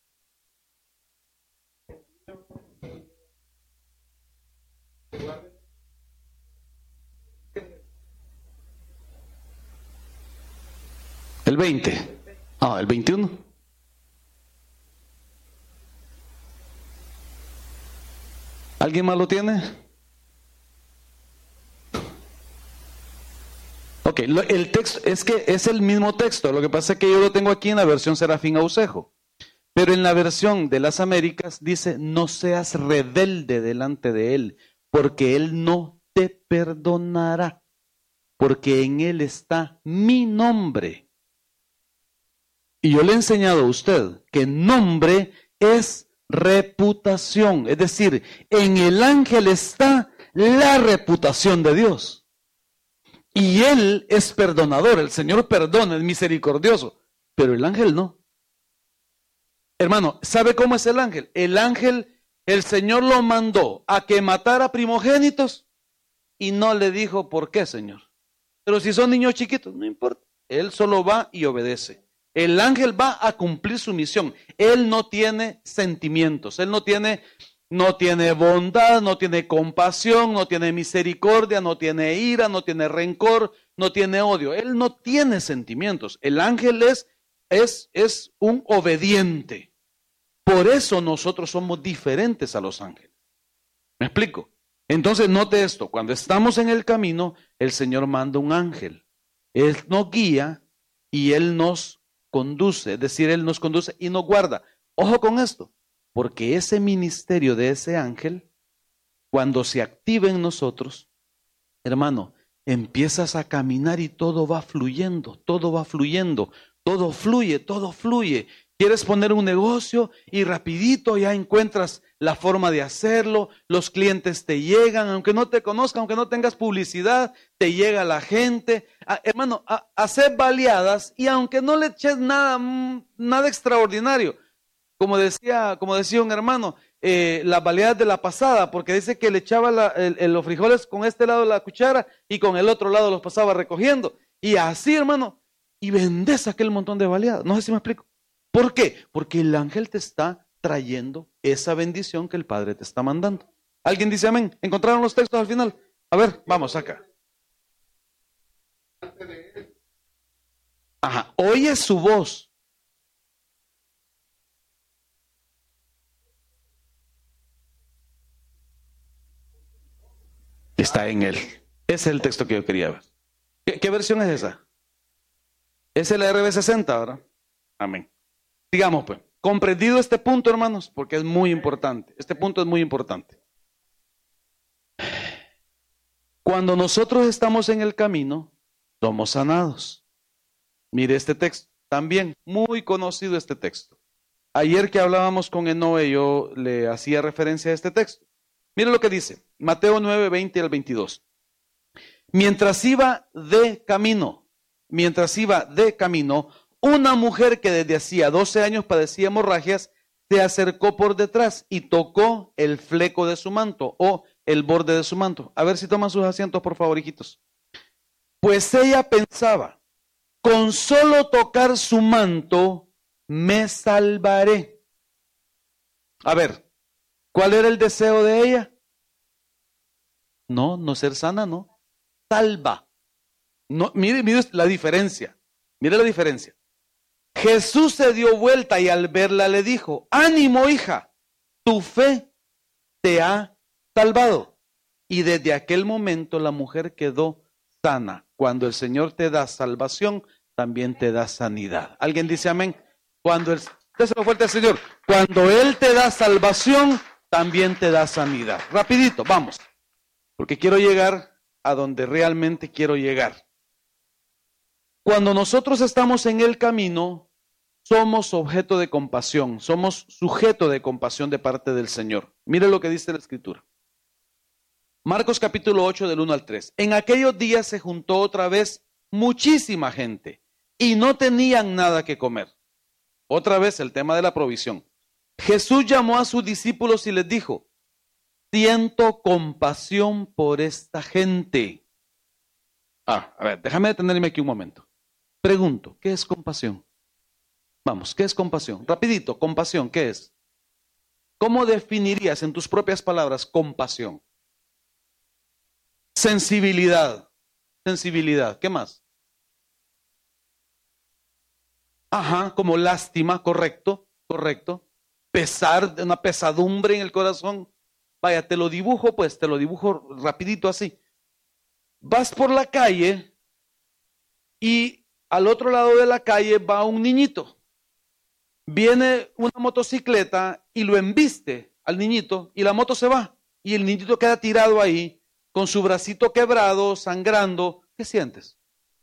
El 20. Ah, el 21. ¿Alguien más lo tiene? Ok, el texto es que es el mismo texto. Lo que pasa es que yo lo tengo aquí en la versión Serafín Aucejo. Pero en la versión de las Américas dice, no seas rebelde delante de él, porque él no te perdonará, porque en él está mi nombre. Y yo le he enseñado a usted que nombre es reputación, es decir, en el ángel está la reputación de Dios. Y él es perdonador, el Señor perdona, es misericordioso, pero el ángel no. Hermano, ¿sabe cómo es el ángel? El ángel, el Señor lo mandó a que matara primogénitos y no le dijo por qué, Señor. Pero si son niños chiquitos, no importa. Él solo va y obedece. El ángel va a cumplir su misión. Él no tiene sentimientos, él no tiene bondad, no tiene compasión, no tiene misericordia, no tiene ira, no tiene rencor, no tiene odio. Él no tiene sentimientos. El ángel es un obediente. Por eso nosotros somos diferentes a los ángeles. ¿Me explico? Entonces note esto, cuando estamos en el camino, el Señor manda un ángel. Él nos guía y Él nos conduce, es decir, Él nos conduce y nos guarda. Ojo con esto, porque ese ministerio de ese ángel, cuando se activa en nosotros, hermano, empiezas a caminar y todo va fluyendo, todo va fluyendo, todo fluye, todo fluye. Quieres poner un negocio y rapidito ya encuentras la forma de hacerlo, los clientes te llegan, aunque no te conozcan, aunque no tengas publicidad, te llega la gente. Hermano, hacer baleadas y aunque no le eches nada extraordinario, como decía un hermano, las baleadas de la pasada, porque dice que le echaba los frijoles con este lado de la cuchara y con el otro lado los pasaba recogiendo. Y así, hermano, y vendes aquel montón de baleadas. No sé si me explico. ¿Por qué? Porque el ángel te está trayendo esa bendición que el Padre te está mandando. ¿Alguien dice amén? ¿Encontraron los textos al final? A ver, vamos acá. Ajá, oye su voz. Está en él. Ese es el texto que yo quería ver. ¿Qué versión es esa? Es el RB60, ¿verdad? Amén. Digamos pues, comprendido este punto, hermanos, porque es muy importante. Este punto es muy importante. Cuando nosotros estamos en el camino, somos sanados. Mire este texto, también muy conocido este texto. Ayer que hablábamos con Enoe, yo le hacía referencia a este texto. Mire lo que dice, Mateo 9, 20 al 22. Mientras iba de camino, una mujer que desde hacía 12 años padecía hemorragias, se acercó por detrás y tocó el fleco de su manto o el borde de su manto. A ver si toman sus asientos, por favor, hijitos. Pues ella pensaba, con solo tocar su manto, me salvaré. A ver, ¿cuál era el deseo de ella? No ser sana, no. Salva. No, mire la diferencia. Mire la diferencia. Jesús se dio vuelta y al verla le dijo, ánimo hija, tu fe te ha salvado. Y desde aquel momento la mujer quedó sana. Cuando el Señor te da salvación, también te da sanidad. ¿Alguien dice amén? Déselo fuerte al Señor. Cuando Él te da salvación, también te da sanidad. Rapidito, vamos. Porque quiero llegar a donde realmente quiero llegar. Cuando nosotros estamos en el camino, somos objeto de compasión, somos sujeto de compasión de parte del Señor. Mire lo que dice la Escritura. Marcos capítulo 8 del 1 al 3. En aquellos días se juntó otra vez muchísima gente y no tenían nada que comer. Otra vez el tema de la provisión. Jesús llamó a sus discípulos y les dijo: siento compasión por esta gente. A ver, déjame detenerme aquí un momento. Pregunto, ¿qué es compasión? Vamos, ¿qué es compasión? Rapidito, compasión, ¿qué es? ¿Cómo definirías en tus propias palabras compasión? Sensibilidad, ¿qué más? Ajá, como lástima, correcto. Pesar, una pesadumbre en el corazón. Vaya, te lo dibujo rapidito así. Vas por la calle y al otro lado de la calle va un niñito. Viene una motocicleta y lo embiste al niñito y la moto se va. Y el niñito queda tirado ahí con su bracito quebrado, sangrando. ¿Qué sientes?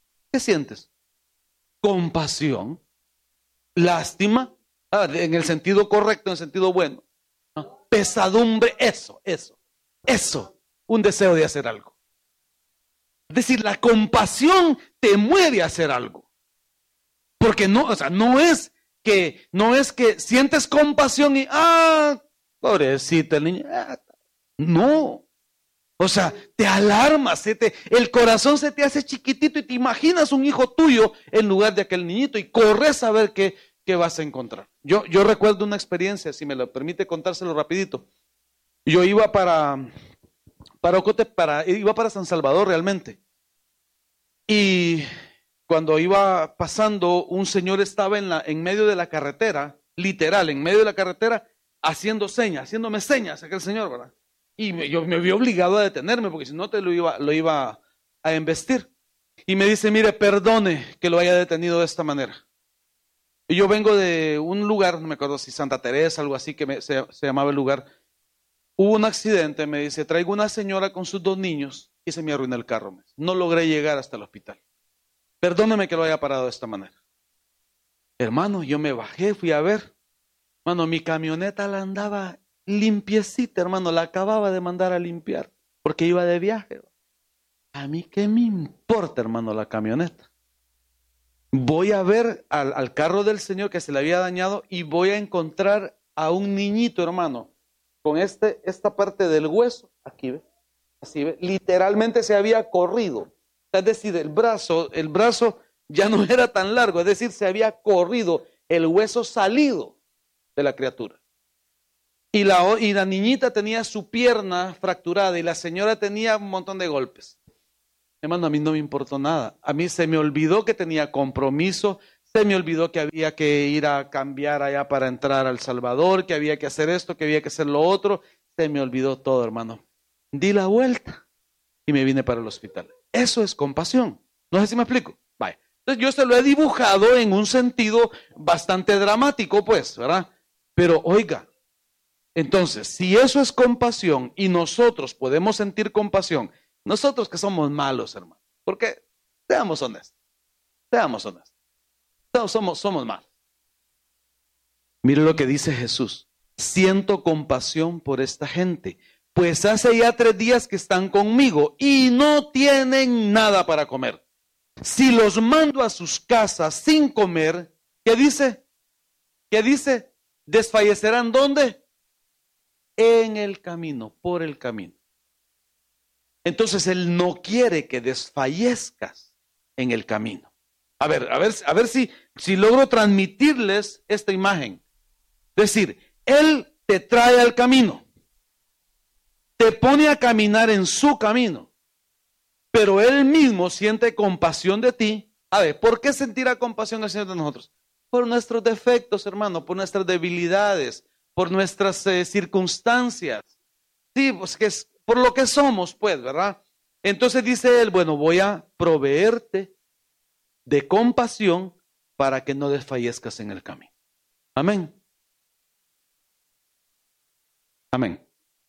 Compasión, lástima, en el sentido correcto, en el sentido bueno. Pesadumbre, eso, un deseo de hacer algo. Es decir, la compasión te mueve a hacer algo. Porque no es que sientes compasión y, pobrecito el niño. No. O sea, te alarmas, el corazón se te hace chiquitito y te imaginas un hijo tuyo en lugar de aquel niñito y corres a ver qué vas a encontrar. Yo recuerdo una experiencia, si me lo permite contárselo rapidito. Yo iba iba para San Salvador realmente. Y cuando iba pasando, un señor estaba en medio de la carretera, literal, en medio de la carretera, haciéndome señas, aquel señor, ¿verdad? Y yo me vi obligado a detenerme, porque si no lo iba a embestir. Y me dice: mire, perdone que lo haya detenido de esta manera. Y yo vengo de un lugar, no me acuerdo si Santa Teresa, algo así, se llamaba el lugar. Hubo un accidente, me dice, traigo una señora con sus 2 niños y se me arruinó el carro. No logré llegar hasta el hospital. Perdóneme que lo haya parado de esta manera. Hermano, yo me bajé, fui a ver. Hermano, mi camioneta la andaba limpiecita, hermano, la acababa de mandar a limpiar porque iba de viaje. A mí qué me importa, hermano, la camioneta. Voy a ver al carro del señor que se le había dañado y voy a encontrar a un niñito, hermano, con esta parte del hueso, aquí ve, así ve, literalmente se había corrido. Es decir, el brazo ya no era tan largo, es decir, se había corrido, el hueso salido de la criatura. Y la niñita tenía su pierna fracturada y la señora tenía un montón de golpes. Hermano, a mí no me importó nada. A mí se me olvidó que tenía compromiso, se me olvidó que había que ir a cambiar allá para entrar a El Salvador, que había que hacer esto, que había que hacer lo otro. Se me olvidó todo, hermano. Di la vuelta y me vine para el hospital. Eso es compasión. No sé si me explico. Vaya. Entonces yo se lo he dibujado en un sentido bastante dramático, pues, ¿verdad? Pero oiga, entonces, si eso es compasión y nosotros podemos sentir compasión, nosotros que somos malos, hermano, porque seamos honestos, somos malos. Mire lo que dice Jesús: siento compasión por esta gente, pues hace ya 3 días que están conmigo y no tienen nada para comer. Si los mando a sus casas sin comer, ¿qué dice? ¿Desfallecerán dónde? En el camino, por el camino. Entonces Él no quiere que desfallezcas en el camino. A ver si logro transmitirles esta imagen. Es decir, Él te trae al camino, te pone a caminar en su camino, pero Él mismo siente compasión de ti. A ver, ¿por qué sentirá compasión el Señor de nosotros? Por nuestros defectos, hermano, por nuestras debilidades, por nuestras circunstancias. Sí, pues que por lo que somos, pues, ¿verdad? Entonces dice él, bueno, voy a proveerte de compasión para que no desfallezcas en el camino. Amén. Amén.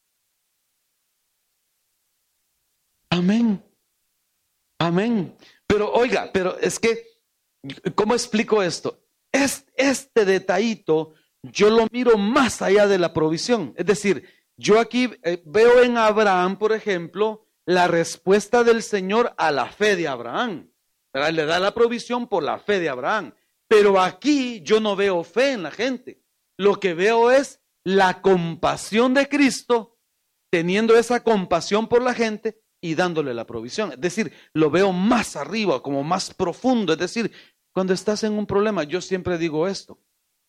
Amén. Amén. Pero oiga, pero es que, ¿cómo explico esto? Este detallito yo lo miro más allá de la provisión. Es decir, yo aquí veo en Abraham, por ejemplo, la respuesta del Señor a la fe de Abraham. ¿Verdad? Le da la provisión por la fe de Abraham. Pero aquí yo no veo fe en la gente. Lo que veo es la compasión de Cristo, teniendo esa compasión por la gente y dándole la provisión. Es decir, lo veo más arriba, como más profundo. Es decir, cuando estás en un problema, yo siempre digo esto.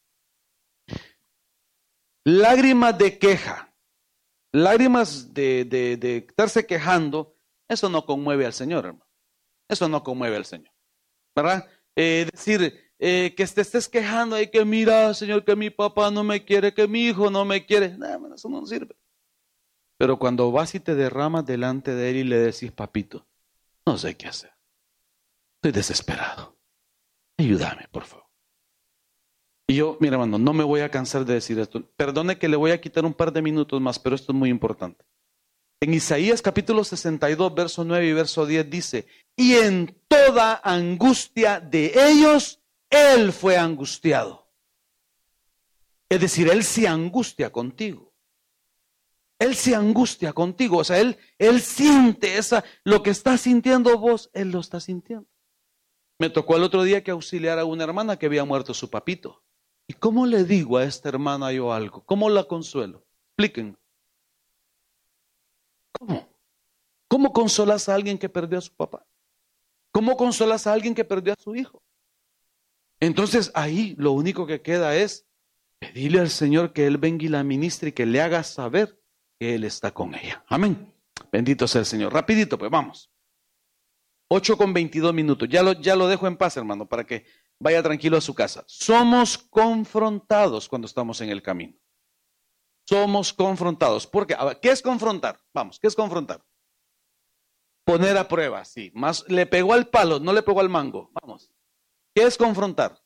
Lágrimas de queja, lágrimas de estarse quejando, eso no conmueve al Señor, hermano. Eso no conmueve al Señor, ¿verdad? Decir que te estés quejando y que mira, Señor, que mi papá no me quiere, que mi hijo no me quiere. No, eso no sirve. Pero cuando vas y te derramas delante de Él y le decís, papito, no sé qué hacer. Estoy desesperado. Ayúdame, por favor. Y yo, mira, hermano, no me voy a cansar de decir esto. Perdone que le voy a quitar un par de minutos más, pero esto es muy importante. En Isaías capítulo 62, verso 9 y verso 10 dice, y en toda angustia de ellos, Él fue angustiado. Es decir, Él se angustia contigo. Él se angustia contigo. O sea, Él siente lo que está sintiendo vos, Él lo está sintiendo. Me tocó el otro día que auxiliar a una hermana que había muerto su papito. ¿Y cómo le digo a esta hermana yo algo? ¿Cómo la consuelo? Explíquenme. ¿Cómo? ¿Cómo consolas a alguien que perdió a su papá? ¿Cómo consolas a alguien que perdió a su hijo? Entonces ahí lo único que queda es pedirle al Señor que Él venga y la ministre y que le haga saber que Él está con ella. Amén. Bendito sea el Señor. Rapidito, pues vamos. 8:22. Ya lo dejo en paz, hermano, para que vaya tranquilo a su casa. Somos confrontados cuando estamos en el camino. Somos confrontados. ¿Por qué? A ver, ¿qué es confrontar? Vamos, ¿qué es confrontar? Poner a prueba, sí. Más le pegó al palo, no le pegó al mango. Vamos. ¿Qué es confrontar?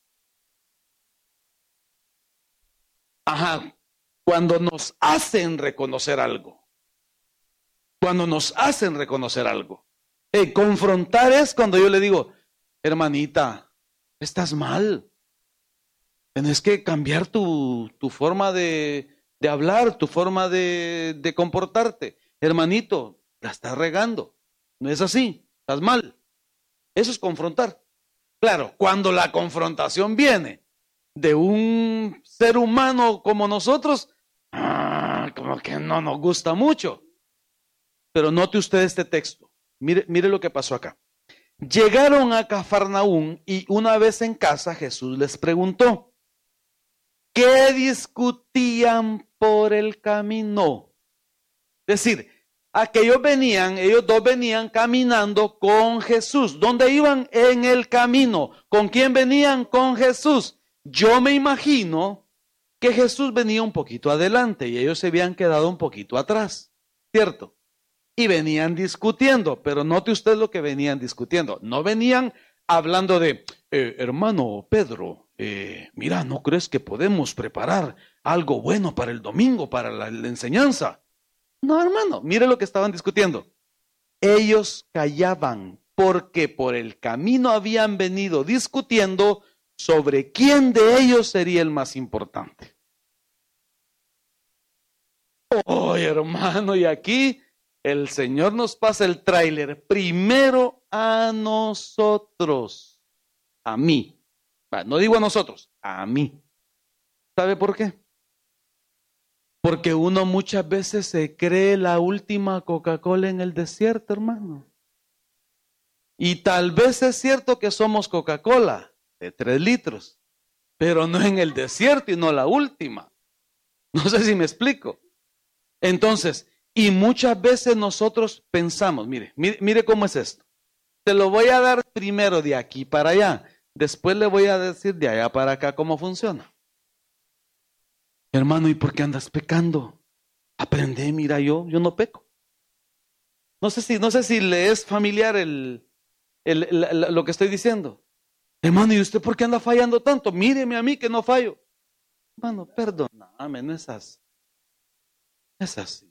Ajá. Cuando nos hacen reconocer algo. Cuando nos hacen reconocer algo. Confrontar es cuando yo le digo, hermanita, estás mal. Tienes que cambiar tu forma de hablar, tu forma de comportarte. Hermanito, la estás regando. No es así, estás mal. Eso es confrontar. Claro, cuando la confrontación viene de un ser humano como nosotros, como que no nos gusta mucho. Pero note usted este texto. Mire lo que pasó acá. Llegaron a Cafarnaúm y una vez en casa Jesús les preguntó, ¿qué discutían por el camino? Es decir, ellos dos venían caminando con Jesús. ¿Dónde iban? En el camino. ¿Con quién venían? Con Jesús. Yo me imagino que Jesús venía un poquito adelante y ellos se habían quedado un poquito atrás, ¿cierto? Y venían discutiendo, pero note usted lo que venían discutiendo. No venían hablando de, hermano Pedro, mira, ¿no crees que podemos preparar algo bueno para el domingo, para la enseñanza? No, hermano, mire lo que estaban discutiendo. Ellos callaban porque por el camino habían venido discutiendo sobre quién de ellos sería el más importante. Oh, hermano, y aquí el Señor nos pasa el tráiler primero a nosotros, a mí. No digo a nosotros, a mí. ¿Sabe por qué? Porque uno muchas veces se cree la última Coca-Cola en el desierto, hermano. Y tal vez es cierto que somos Coca-Cola de 3 litros, pero no en el desierto y no la última. No sé si me explico. Entonces, y muchas veces nosotros pensamos, mire cómo es esto. Te lo voy a dar primero de aquí para allá. Después le voy a decir de allá para acá cómo funciona. Hermano, ¿y por qué andas pecando? Aprende, mira, yo no peco. No sé si le es familiar lo que estoy diciendo. Hermano, ¿y usted por qué anda fallando tanto? Míreme a mí que no fallo. Hermano, perdóname, no es así. Es así.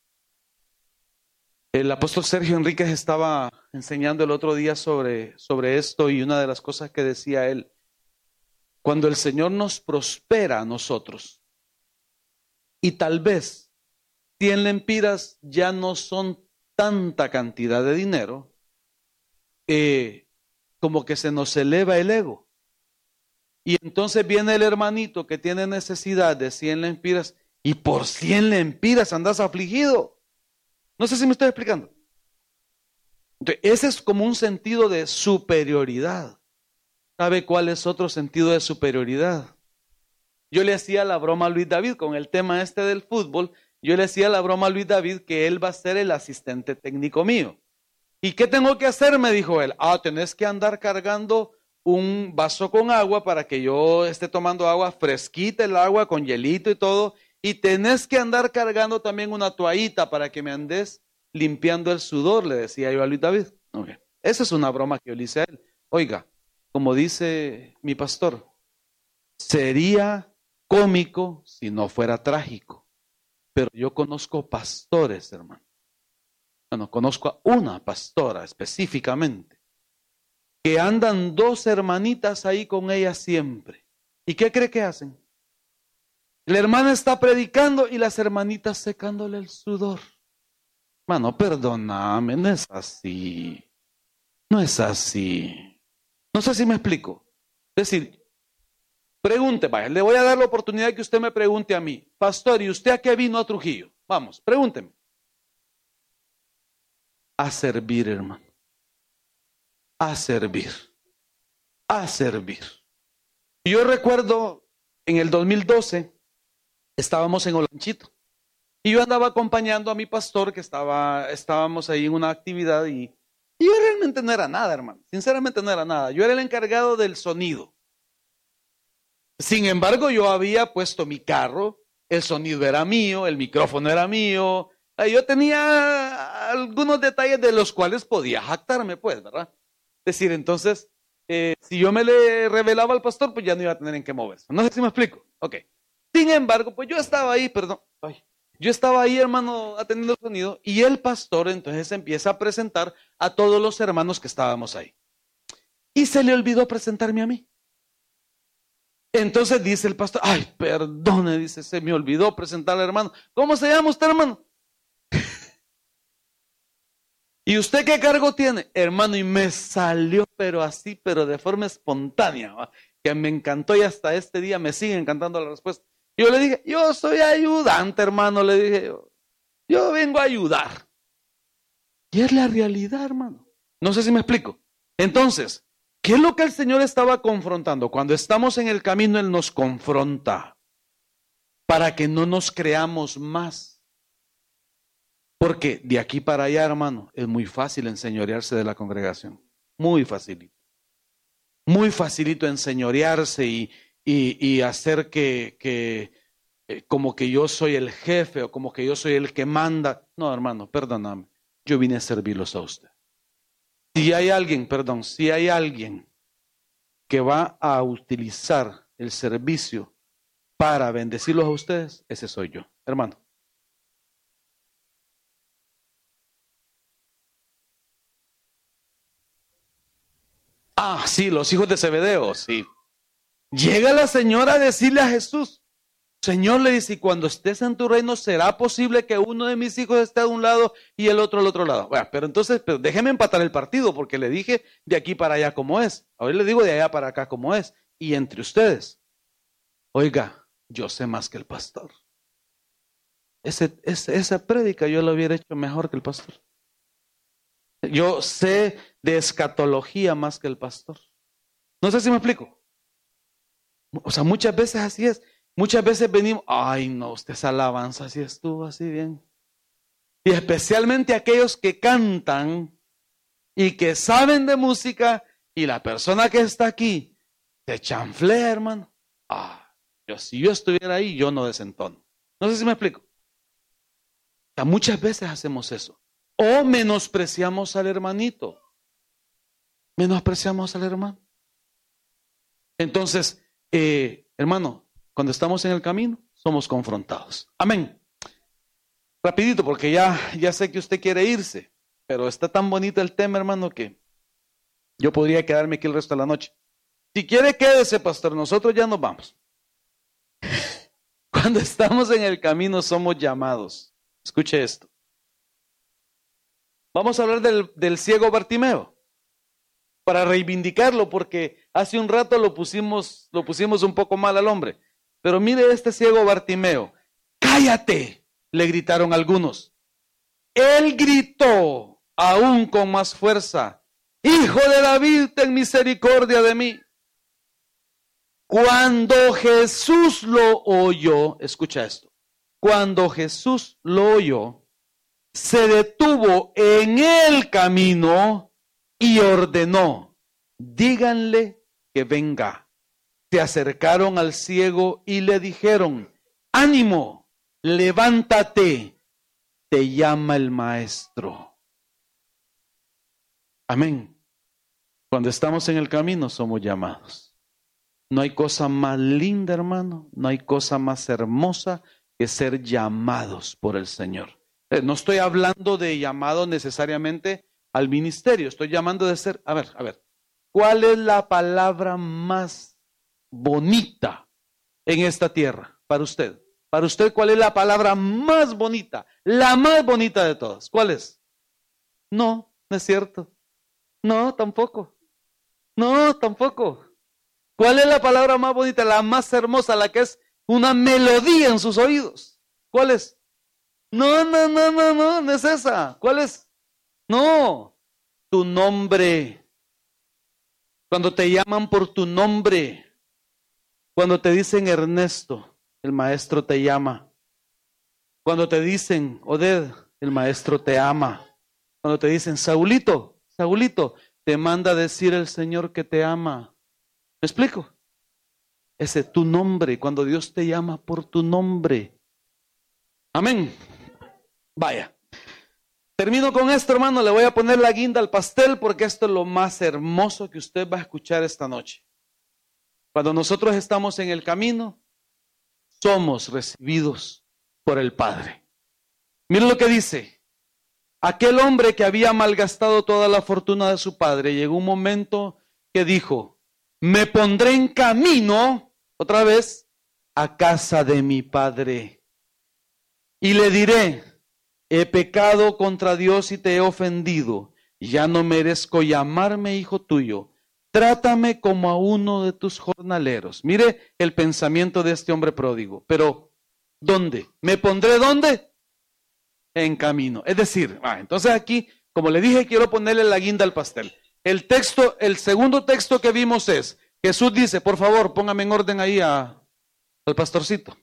El apóstol Sergio Enríquez estaba enseñando el otro día sobre esto, y una de las cosas que decía él: cuando el Señor nos prospera a nosotros, y tal vez 100 lempiras ya no son tanta cantidad de dinero, como que se nos eleva el ego. Y entonces viene el hermanito que tiene necesidad de 100 lempiras, y por 100 lempiras andas afligido. No sé si me estoy explicando. Entonces, ese es como un sentido de superioridad. ¿Sabe cuál es otro sentido de superioridad? Yo le hacía la broma a Luis David con el tema este del fútbol. Yo le hacía la broma a Luis David que él va a ser el asistente técnico mío. ¿Y qué tengo que hacer? Me dijo él. Tenés que andar cargando un vaso con agua para que yo esté tomando agua fresquita, el agua con hielito y todo. Y tenés que andar cargando también una toallita para que me andes limpiando el sudor, le decía yo a Luis David. Okay. Esa es una broma que yo le hice a él. Oiga, como dice mi pastor, sería cómico si no fuera trágico. Pero yo conozco pastores, hermano. Bueno, conozco a una pastora específicamente, que andan 2 hermanitas ahí con ella siempre. ¿Y qué cree que hacen? La hermana está predicando y las hermanitas secándole el sudor. Mano, perdóname, no es así. No es así. No sé si me explico. Es decir, pregunte, vaya, le voy a dar la oportunidad que usted me pregunte a mí. Pastor, ¿y usted a qué vino a Trujillo? Vamos, pregúnteme. A servir, hermano. A servir. A servir. Yo recuerdo en el 2012, estábamos en Olanchito. Y yo andaba acompañando a mi pastor, que estábamos ahí en una actividad, y yo realmente no era nada, hermano. Sinceramente no era nada. Yo era el encargado del sonido. Sin embargo, yo había puesto mi carro, el sonido era mío, el micrófono era mío. Yo tenía algunos detalles de los cuales podía jactarme, pues, ¿verdad? Es decir, entonces, si yo me le revelaba al pastor, pues ya no iba a tener en qué moverse. No sé si me explico. Ok. Sin embargo, pues yo estaba ahí, perdón. Yo estaba ahí, hermano, atendiendo el sonido, y el pastor entonces empieza a presentar a todos los hermanos que estábamos ahí. Y se le olvidó presentarme a mí. Entonces dice el pastor: ay, perdone, dice, se me olvidó presentar al hermano. ¿Cómo se llama usted, hermano? ¿Y usted qué cargo tiene? Hermano, y me salió, pero así, pero de forma espontánea, ¿va? Que me encantó, y hasta este día me sigue encantando la respuesta. Yo le dije: yo soy ayudante, hermano, le dije yo vengo a ayudar. Y es la realidad, hermano. No sé si me explico. Entonces, ¿qué es lo que el Señor estaba confrontando? Cuando estamos en el camino, Él nos confronta para que no nos creamos más. Porque de aquí para allá, hermano, es muy fácil enseñorearse de la congregación. Muy facilito. Muy facilito enseñorearse y hacer que como que yo soy el jefe, o como que yo soy el que manda. No, hermano, perdóname. Yo vine a servirlos a usted. Si hay alguien que va a utilizar el servicio para bendecirlos a ustedes, ese soy yo, hermano. Sí, los hijos de Zebedeo, sí. Llega la señora a decirle a Jesús: Señor, le dice, y cuando estés en tu reino, ¿será posible que uno de mis hijos esté a un lado y el otro al otro lado? Bueno, pero entonces, déjeme empatar el partido, porque le dije de aquí para allá como es. Ahora le digo de allá para acá como es. Y entre ustedes, oiga, yo sé más que el pastor. Esa prédica yo la hubiera hecho mejor que el pastor. Yo sé de escatología más que el pastor. No sé si me explico. O sea, muchas veces así es. Muchas veces venimos: ay, no, usted esa alabanza así estuvo así bien. Y especialmente aquellos que cantan y que saben de música, y la persona que está aquí se chanflea, hermano. Si yo estuviera ahí, yo no desentono. No sé si me explico. O sea, muchas veces hacemos eso. O menospreciamos al hermanito. Menospreciamos al hermano. Entonces, hermano, cuando estamos en el camino, somos confrontados. Amén. Rapidito, porque ya sé que usted quiere irse, pero está tan bonito el tema, hermano, que yo podría quedarme aquí el resto de la noche. Si quiere, quédese, pastor, nosotros ya nos vamos. Cuando estamos en el camino somos llamados. Escuche esto. Vamos a hablar del ciego Bartimeo, para reivindicarlo, porque hace un rato lo pusimos un poco mal al hombre. Pero mire este ciego Bartimeo. ¡Cállate!, le gritaron algunos. Él gritó aún con más fuerza: ¡Hijo de David, ten misericordia de mí! Cuando Jesús lo oyó, escucha esto, cuando Jesús lo oyó, se detuvo en el camino y ordenó: díganle que venga. Se acercaron al ciego y le dijeron: ánimo, levántate, te llama el maestro. Amén. Cuando estamos en el camino somos llamados. No hay cosa más linda, hermano, no hay cosa más hermosa que ser llamados por el Señor. No estoy hablando de llamado necesariamente al ministerio, estoy llamando de ser, a ver, ¿cuál es la palabra más bonita en esta tierra para usted? Para usted, ¿cuál es la palabra más bonita? La más bonita de todas. ¿Cuál es? No, no es cierto. No, tampoco. No, tampoco. ¿Cuál es la palabra más bonita, la más hermosa, la que es una melodía en sus oídos? ¿Cuál es? No es esa. ¿Cuál es? No, tu nombre. Cuando te llaman por tu nombre, cuando te dicen Ernesto, el maestro te llama. Cuando te dicen Oded, el maestro te ama. Cuando te dicen Saulito, te manda a decir el Señor que te ama. ¿Me explico? Ese es tu nombre, cuando Dios te llama por tu nombre. Amén. Vaya. Termino con esto, hermano. Le voy a poner la guinda al pastel porque esto es lo más hermoso que usted va a escuchar esta noche. Cuando nosotros estamos en el camino, somos recibidos por el Padre. Mira lo que dice. Aquel hombre que había malgastado toda la fortuna de su padre, llegó un momento que dijo: me pondré en camino, otra vez, a casa de mi padre. Y le diré: he pecado contra Dios y te he ofendido. Ya no merezco llamarme hijo tuyo. Trátame como a uno de tus jornaleros. Mire el pensamiento de este hombre pródigo. Pero, ¿dónde? ¿Me pondré dónde? En camino. Es decir, entonces aquí, como le dije, quiero ponerle la guinda al pastel. El segundo texto que vimos es, Jesús dice, por favor, póngame en orden ahí al pastorcito.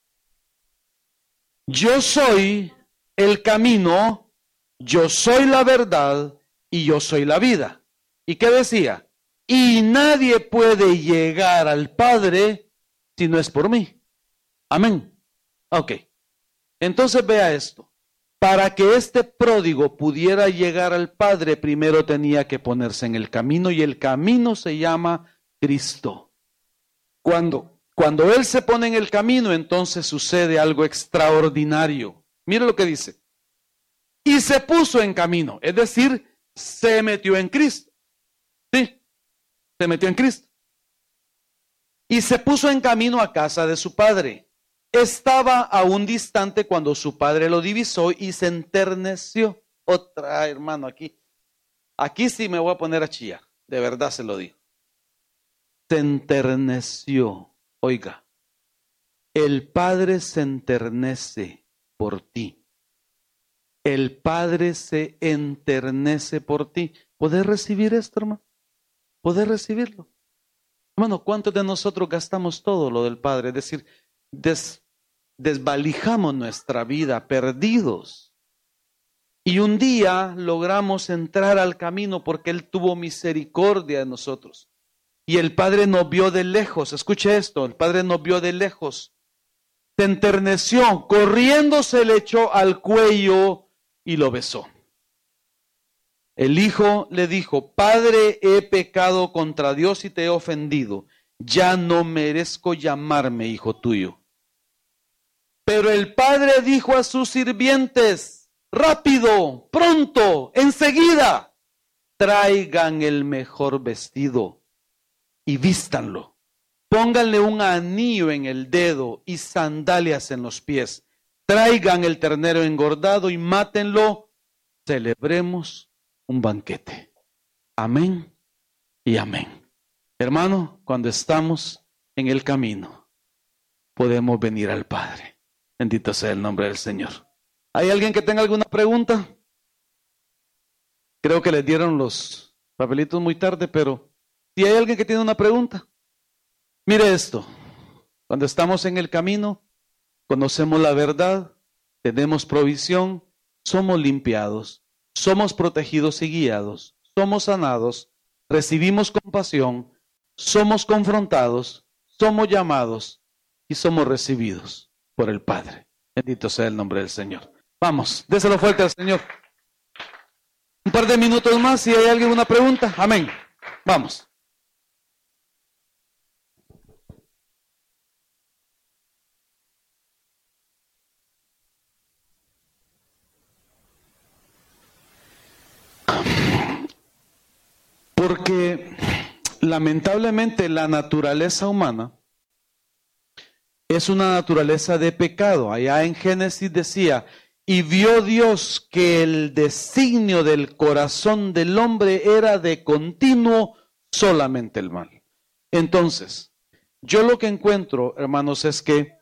Yo soy el camino, yo soy la verdad y yo soy la vida. ¿Y qué decía? Y nadie puede llegar al Padre si no es por mí. Amén. Ok. Entonces vea esto. Para que este pródigo pudiera llegar al Padre, primero tenía que ponerse en el camino, y el camino se llama Cristo. Cuando Él se pone en el camino, entonces sucede algo extraordinario. Mire lo que dice. Y se puso en camino, es decir, se metió en Cristo. Sí, se metió en Cristo. Y se puso en camino a casa de su padre. Estaba aún distante cuando su padre lo divisó y se enterneció. Otra, hermano, aquí sí me voy a poner a chillar. De verdad se lo digo. Se enterneció. Oiga, el Padre se enternece por ti. El Padre se enternece por ti. ¿Podés recibir esto, hermano? ¿Podés recibirlo? Hermano, ¿cuántos de nosotros gastamos todo lo del Padre? Es decir, desvalijamos nuestra vida perdidos. Y un día logramos entrar al camino porque Él tuvo misericordia de nosotros. Y el Padre nos vio de lejos. Escuche esto, el Padre nos vio de lejos. Se enterneció, corriendo se le echó al cuello y lo besó. El hijo le dijo, Padre, he pecado contra Dios y te he ofendido. Ya no merezco llamarme hijo tuyo. Pero el padre dijo a sus sirvientes, rápido, pronto, enseguida, traigan el mejor vestido y vístanlo. Pónganle un anillo en el dedo y sandalias en los pies. Traigan el ternero engordado y mátenlo. Celebremos un banquete. Amén y amén. Hermano, cuando estamos en el camino, podemos venir al Padre. Bendito sea el nombre del Señor. ¿Hay alguien que tenga alguna pregunta? Creo que les dieron los papelitos muy tarde, pero si hay alguien que tiene una pregunta, mire esto. Cuando estamos en el camino, conocemos la verdad, tenemos provisión, somos limpiados, somos protegidos y guiados, somos sanados, recibimos compasión, somos confrontados, somos llamados y somos recibidos por el Padre. Bendito sea el nombre del Señor. Vamos, déselo fuerte al Señor. Un par de minutos más, si hay alguien una pregunta. Amén. Vamos. Porque lamentablemente la naturaleza humana es una naturaleza de pecado. Allá en Génesis decía, y vio Dios que el designio del corazón del hombre era de continuo solamente el mal. Entonces, yo lo que encuentro, hermanos, es que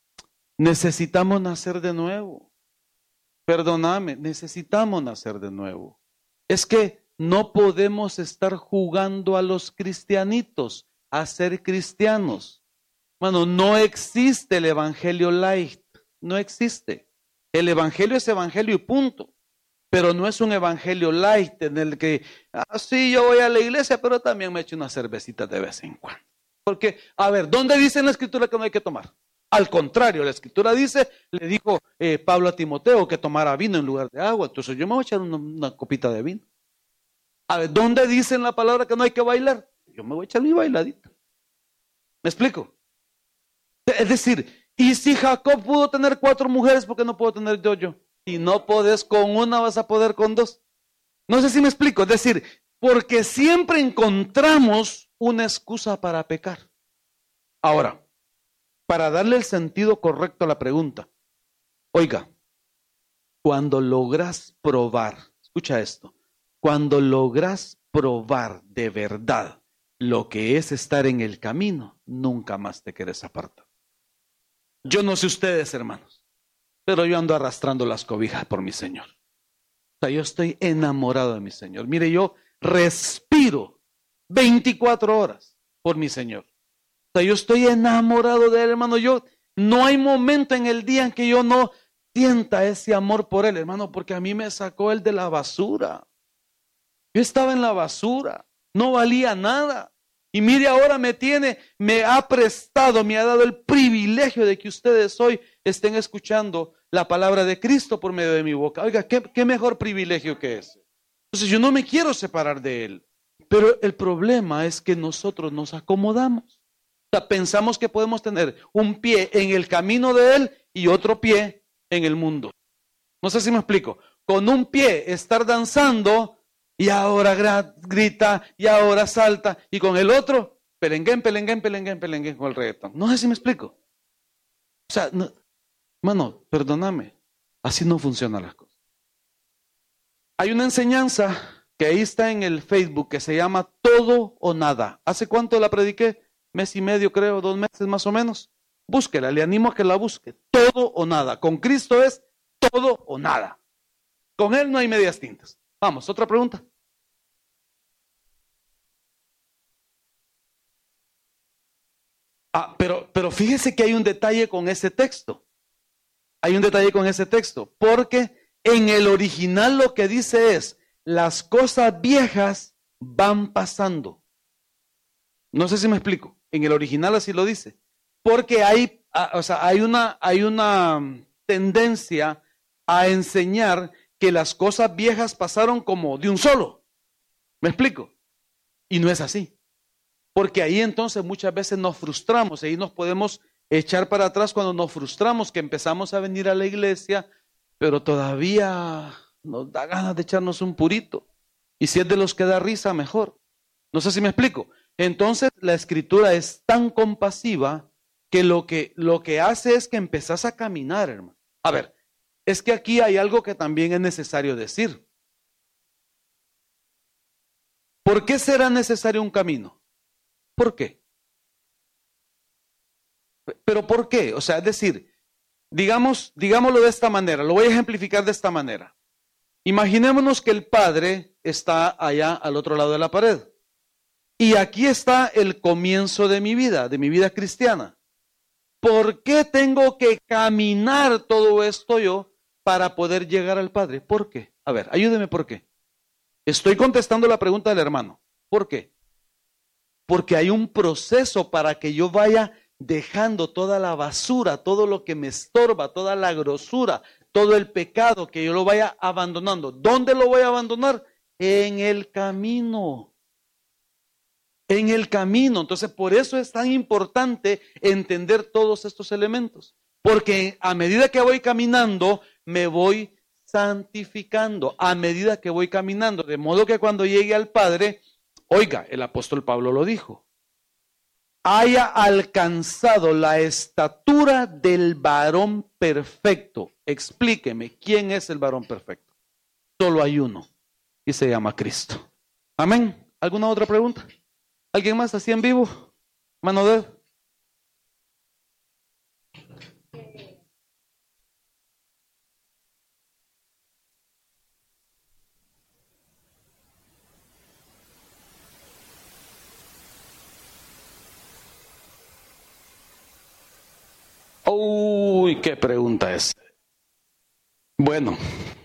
necesitamos nacer de nuevo. Perdóname, necesitamos nacer de nuevo. Es que no podemos estar jugando a los cristianitos, a ser cristianos. Bueno, no existe el evangelio light, no existe. El evangelio es evangelio y punto. Pero no es un evangelio light en el que, sí, yo voy a la iglesia, pero también me echo una cervecita de vez en cuando. Porque, a ver, ¿dónde dice en la escritura que no hay que tomar? Al contrario, la escritura dice, le dijo Pablo a Timoteo que tomara vino en lugar de agua. Entonces yo me voy a echar una copita de vino. A ver, ¿dónde dice en la palabra que no hay que bailar? Yo me voy a echar mi bailadita. ¿Me explico? Es decir, ¿y si Jacob pudo tener 4 mujeres, por qué no puedo tener yo? Si no podés con una, vas a poder con 2. No sé si me explico. Es decir, porque siempre encontramos una excusa para pecar. Ahora, para darle el sentido correcto a la pregunta, oiga, cuando logras probar, escucha esto, cuando logras probar de verdad lo que es estar en el camino, nunca más te quieres apartar. Yo no sé ustedes, hermanos, pero yo ando arrastrando las cobijas por mi Señor. O sea, yo estoy enamorado de mi Señor. Mire, yo respiro 24 horas por mi Señor. O sea, yo estoy enamorado de Él, hermano. No hay momento en el día en que yo no sienta ese amor por Él, hermano, porque a mí me sacó Él de la basura. Yo estaba en la basura, no valía nada. Y mire, ahora me ha prestado, me ha dado el privilegio de que ustedes hoy estén escuchando la palabra de Cristo por medio de mi boca. Oiga, qué mejor privilegio que ese. Entonces yo no me quiero separar de Él. Pero el problema es que nosotros nos acomodamos. O sea, pensamos que podemos tener un pie en el camino de Él y otro pie en el mundo. No sé si me explico. Con un pie estar danzando y ahora grita y ahora salta, y con el otro, pelenguén con el reggaetón. No sé si me explico. O sea, no, hermano, perdóname, así no funcionan las cosas. Hay una enseñanza que ahí está en el Facebook que se llama Todo o Nada. ¿Hace cuánto la prediqué? 1 mes y medio, creo, 2 meses más o menos. Búsquela, le animo a que la busque. Todo o nada. Con Cristo es todo o nada. Con Él no hay medias tintas. Vamos, otra pregunta. Pero fíjese que hay un detalle con ese texto. Hay un detalle con ese texto. Porque en el original lo que dice es, las cosas viejas van pasando. No sé si me explico. En el original así lo dice. Porque hay una tendencia a enseñar que las cosas viejas pasaron como de un solo. ¿Me explico? Y no es así. Porque ahí entonces muchas veces nos frustramos, ahí nos podemos echar para atrás cuando nos frustramos, que empezamos a venir a la iglesia, pero todavía nos da ganas de echarnos un purito. Y si es de los que da risa, mejor. No sé si me explico. Entonces la escritura es tan compasiva que lo que hace es que empezás a caminar, hermano. A ver, es que aquí hay algo que también es necesario decir. ¿Por qué será necesario un camino? ¿Por qué? ¿Pero por qué? O sea, es decir, digámoslo de esta manera, lo voy a ejemplificar de esta manera. Imaginémonos que el Padre está allá al otro lado de la pared. Y aquí está el comienzo de mi vida cristiana. ¿Por qué tengo que caminar todo esto yo para poder llegar al Padre? ¿Por qué? A ver, ayúdeme, ¿por qué? Estoy contestando la pregunta del hermano. ¿Por qué? Porque hay un proceso para que yo vaya dejando toda la basura, todo lo que me estorba, toda la grosura, todo el pecado, que yo lo vaya abandonando. ¿Dónde lo voy a abandonar? En el camino. En el camino. Entonces, por eso es tan importante entender todos estos elementos. Porque a medida que voy caminando, me voy santificando. A medida que voy caminando. De modo que cuando llegue al Padre, oiga, el apóstol Pablo lo dijo, haya alcanzado la estatura del varón perfecto. Explíqueme, ¿quién es el varón perfecto? Solo hay uno y se llama Cristo. Amén. ¿Alguna otra pregunta? ¿Alguien más así en vivo? Mano de... Uy, qué pregunta es. Bueno,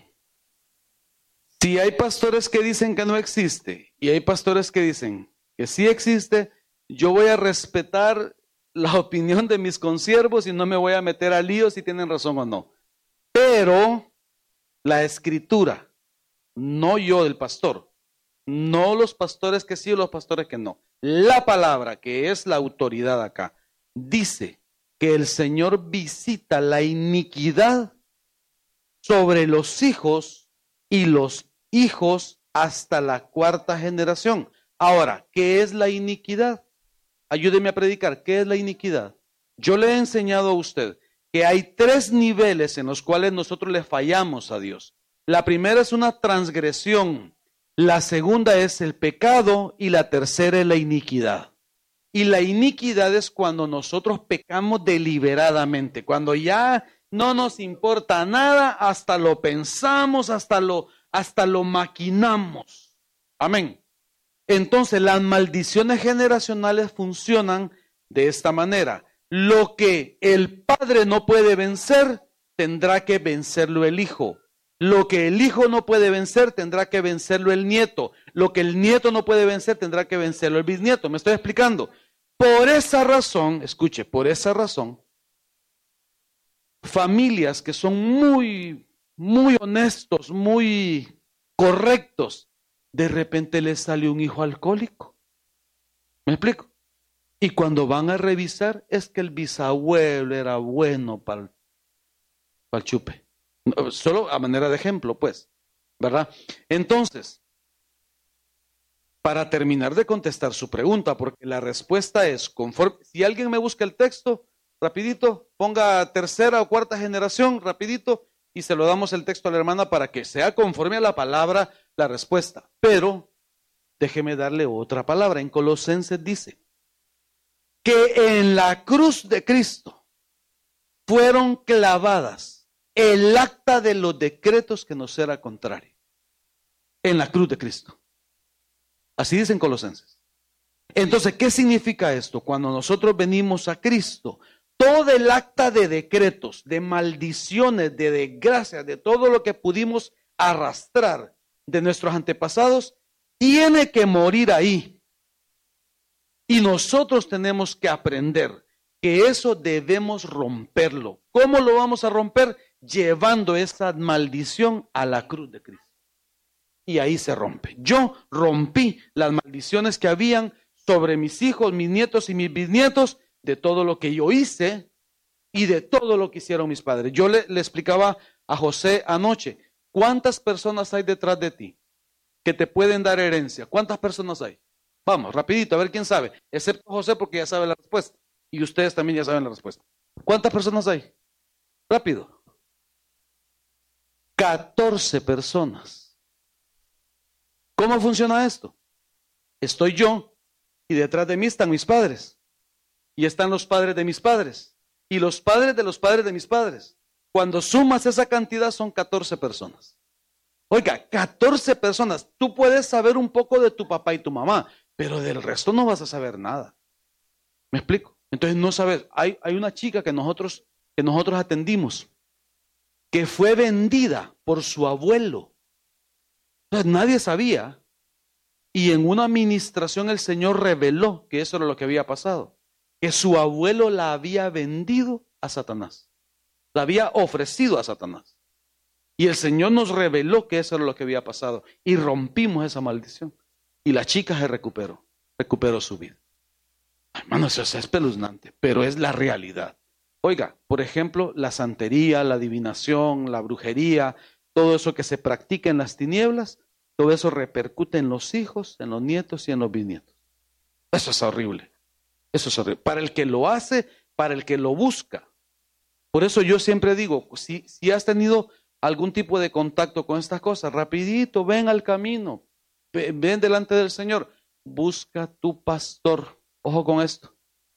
si hay pastores que dicen que no existe y hay pastores que dicen que sí existe, yo voy a respetar la opinión de mis consiervos y no me voy a meter a líos si tienen razón o no. Pero la escritura, no yo el pastor, no los pastores que sí o los pastores que no. La palabra, que es la autoridad acá, dice que el Señor visita la iniquidad sobre los hijos y los hijos hasta la cuarta generación. Ahora, ¿qué es la iniquidad? Ayúdeme a predicar. ¿Qué es la iniquidad? Yo le he enseñado a usted que hay 3 niveles en los cuales nosotros le fallamos a Dios. La primera es una transgresión, la segunda es el pecado y la tercera es la iniquidad. Y la iniquidad es cuando nosotros pecamos deliberadamente, cuando ya no nos importa nada, hasta lo pensamos, hasta lo maquinamos. Amén. Entonces las maldiciones generacionales funcionan de esta manera. Lo que el padre no puede vencer, tendrá que vencerlo el hijo. Lo que el hijo no puede vencer, tendrá que vencerlo el nieto. Lo que el nieto no puede vencer, tendrá que vencerlo el bisnieto. ¿Me estoy explicando? Por esa razón, escuche, por esa razón, familias que son muy honestos, muy correctos, de repente les sale un hijo alcohólico. ¿Me explico? Y cuando van a revisar, es que el bisabuelo era bueno para el chupe. Solo a manera de ejemplo, pues, ¿verdad? Entonces, para terminar de contestar su pregunta, porque la respuesta es, conforme, si alguien me busca el texto, rapidito, ponga tercera o cuarta generación, rapidito, y se lo damos el texto a la hermana para que sea conforme a la palabra la respuesta. Pero, déjeme darle otra palabra. En Colosenses dice que en la cruz de Cristo fueron clavadas el acta de los decretos que nos era contrario. En la cruz de Cristo. Así dicen Colosenses. Entonces, ¿qué significa esto? Cuando nosotros venimos a Cristo, todo el acta de decretos, de maldiciones, de desgracias, de todo lo que pudimos arrastrar de nuestros antepasados, tiene que morir ahí. Y nosotros tenemos que aprender que eso debemos romperlo. ¿Cómo lo vamos a romper? llevando esa maldición a la cruz de Cristo. Y ahí se rompe. Yo rompí las maldiciones que habían sobre mis hijos, mis nietos y mis bisnietos, de todo lo que yo hice y de todo lo que hicieron mis padres. Yo le explicaba a José anoche, ¿cuántas personas hay detrás de ti que te pueden dar herencia? ¿Cuántas personas hay? Vamos, rapidito, a ver quién sabe. Excepto José, porque ya sabe la respuesta. Y ustedes también ya saben la respuesta. ¿Cuántas personas hay? Rápido. 14 personas. ¿Cómo funciona esto? Estoy yo y detrás de mí están mis padres. Y están los padres de mis padres. Y los padres de los padres de mis padres. Cuando sumas esa cantidad son 14 personas. Oiga, 14 personas. Tú puedes saber un poco de tu papá y tu mamá, pero del resto no vas a saber nada. ¿Me explico? Entonces no sabes. Hay una chica que nosotros atendimos que fue vendida por su abuelo. Entonces nadie sabía. Y en una administración el Señor reveló que eso era lo que había pasado. Que su abuelo la había vendido a Satanás. La había ofrecido a Satanás. Y el Señor nos reveló que eso era lo que había pasado. Y rompimos esa maldición. Y la chica se recuperó su vida. Hermano, eso es espeluznante, pero es la realidad. Oiga, por ejemplo, la santería, la adivinación, la brujería, todo eso que se practica en las tinieblas, todo eso repercute en los hijos, en los nietos y en los bisnietos. Eso es horrible. Eso es horrible. Para el que lo hace, para el que lo busca. Por eso yo siempre digo, si has tenido algún tipo de contacto con estas cosas, rapidito, ven al camino, ven delante del Señor, busca tu pastor. Ojo con esto.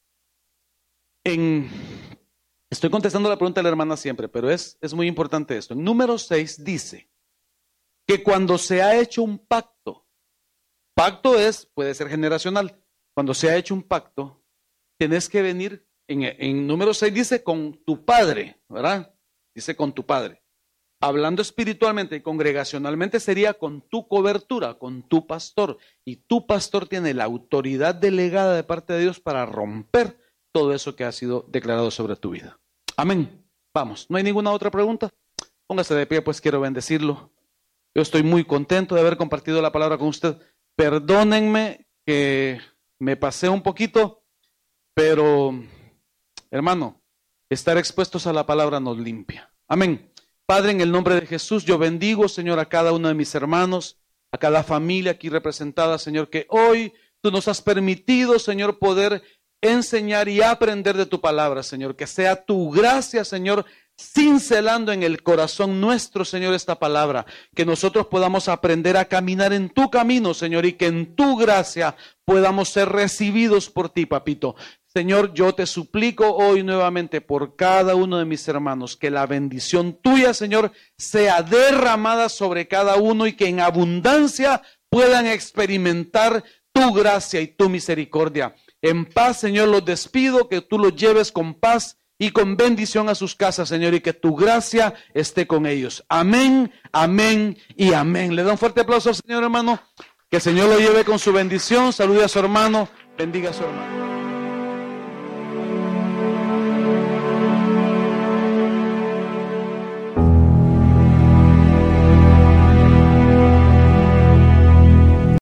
Estoy contestando la pregunta de la hermana siempre, pero es muy importante esto. En número 6 dice que cuando se ha hecho un pacto puede ser generacional, cuando se ha hecho un pacto, tienes que venir, en número 6 dice con tu padre, ¿verdad? Dice con tu padre. Hablando espiritualmente y congregacionalmente sería con tu cobertura, con tu pastor. Y tu pastor tiene la autoridad delegada de parte de Dios para romper todo eso que ha sido declarado sobre tu vida. Amén. Vamos, ¿no hay ninguna otra pregunta? Póngase de pie, pues quiero bendecirlo. Yo estoy muy contento de haber compartido la palabra con usted. Perdónenme que me pasé un poquito, pero, hermano, estar expuestos a la palabra nos limpia. Amén. Padre, en el nombre de Jesús, yo bendigo, Señor, a cada uno de mis hermanos, a cada familia aquí representada, Señor, que hoy tú nos has permitido, Señor, poder enseñar y aprender de tu palabra, Señor. Que sea tu gracia, Señor, cincelando en el corazón nuestro, Señor, esta palabra. Que nosotros podamos aprender a caminar en tu camino, Señor, y que en tu gracia podamos ser recibidos por ti, papito. Señor, yo te suplico hoy nuevamente por cada uno de mis hermanos, que la bendición tuya, Señor, sea derramada sobre cada uno y que en abundancia puedan experimentar tu gracia y tu misericordia. En paz, Señor, los despido, que tú los lleves con paz y con bendición a sus casas, Señor, y que tu gracia esté con ellos. Amén, amén y amén. Le da un fuerte aplauso al Señor, hermano. Que el Señor lo lleve con su bendición. Salude a su hermano. Bendiga a su hermano.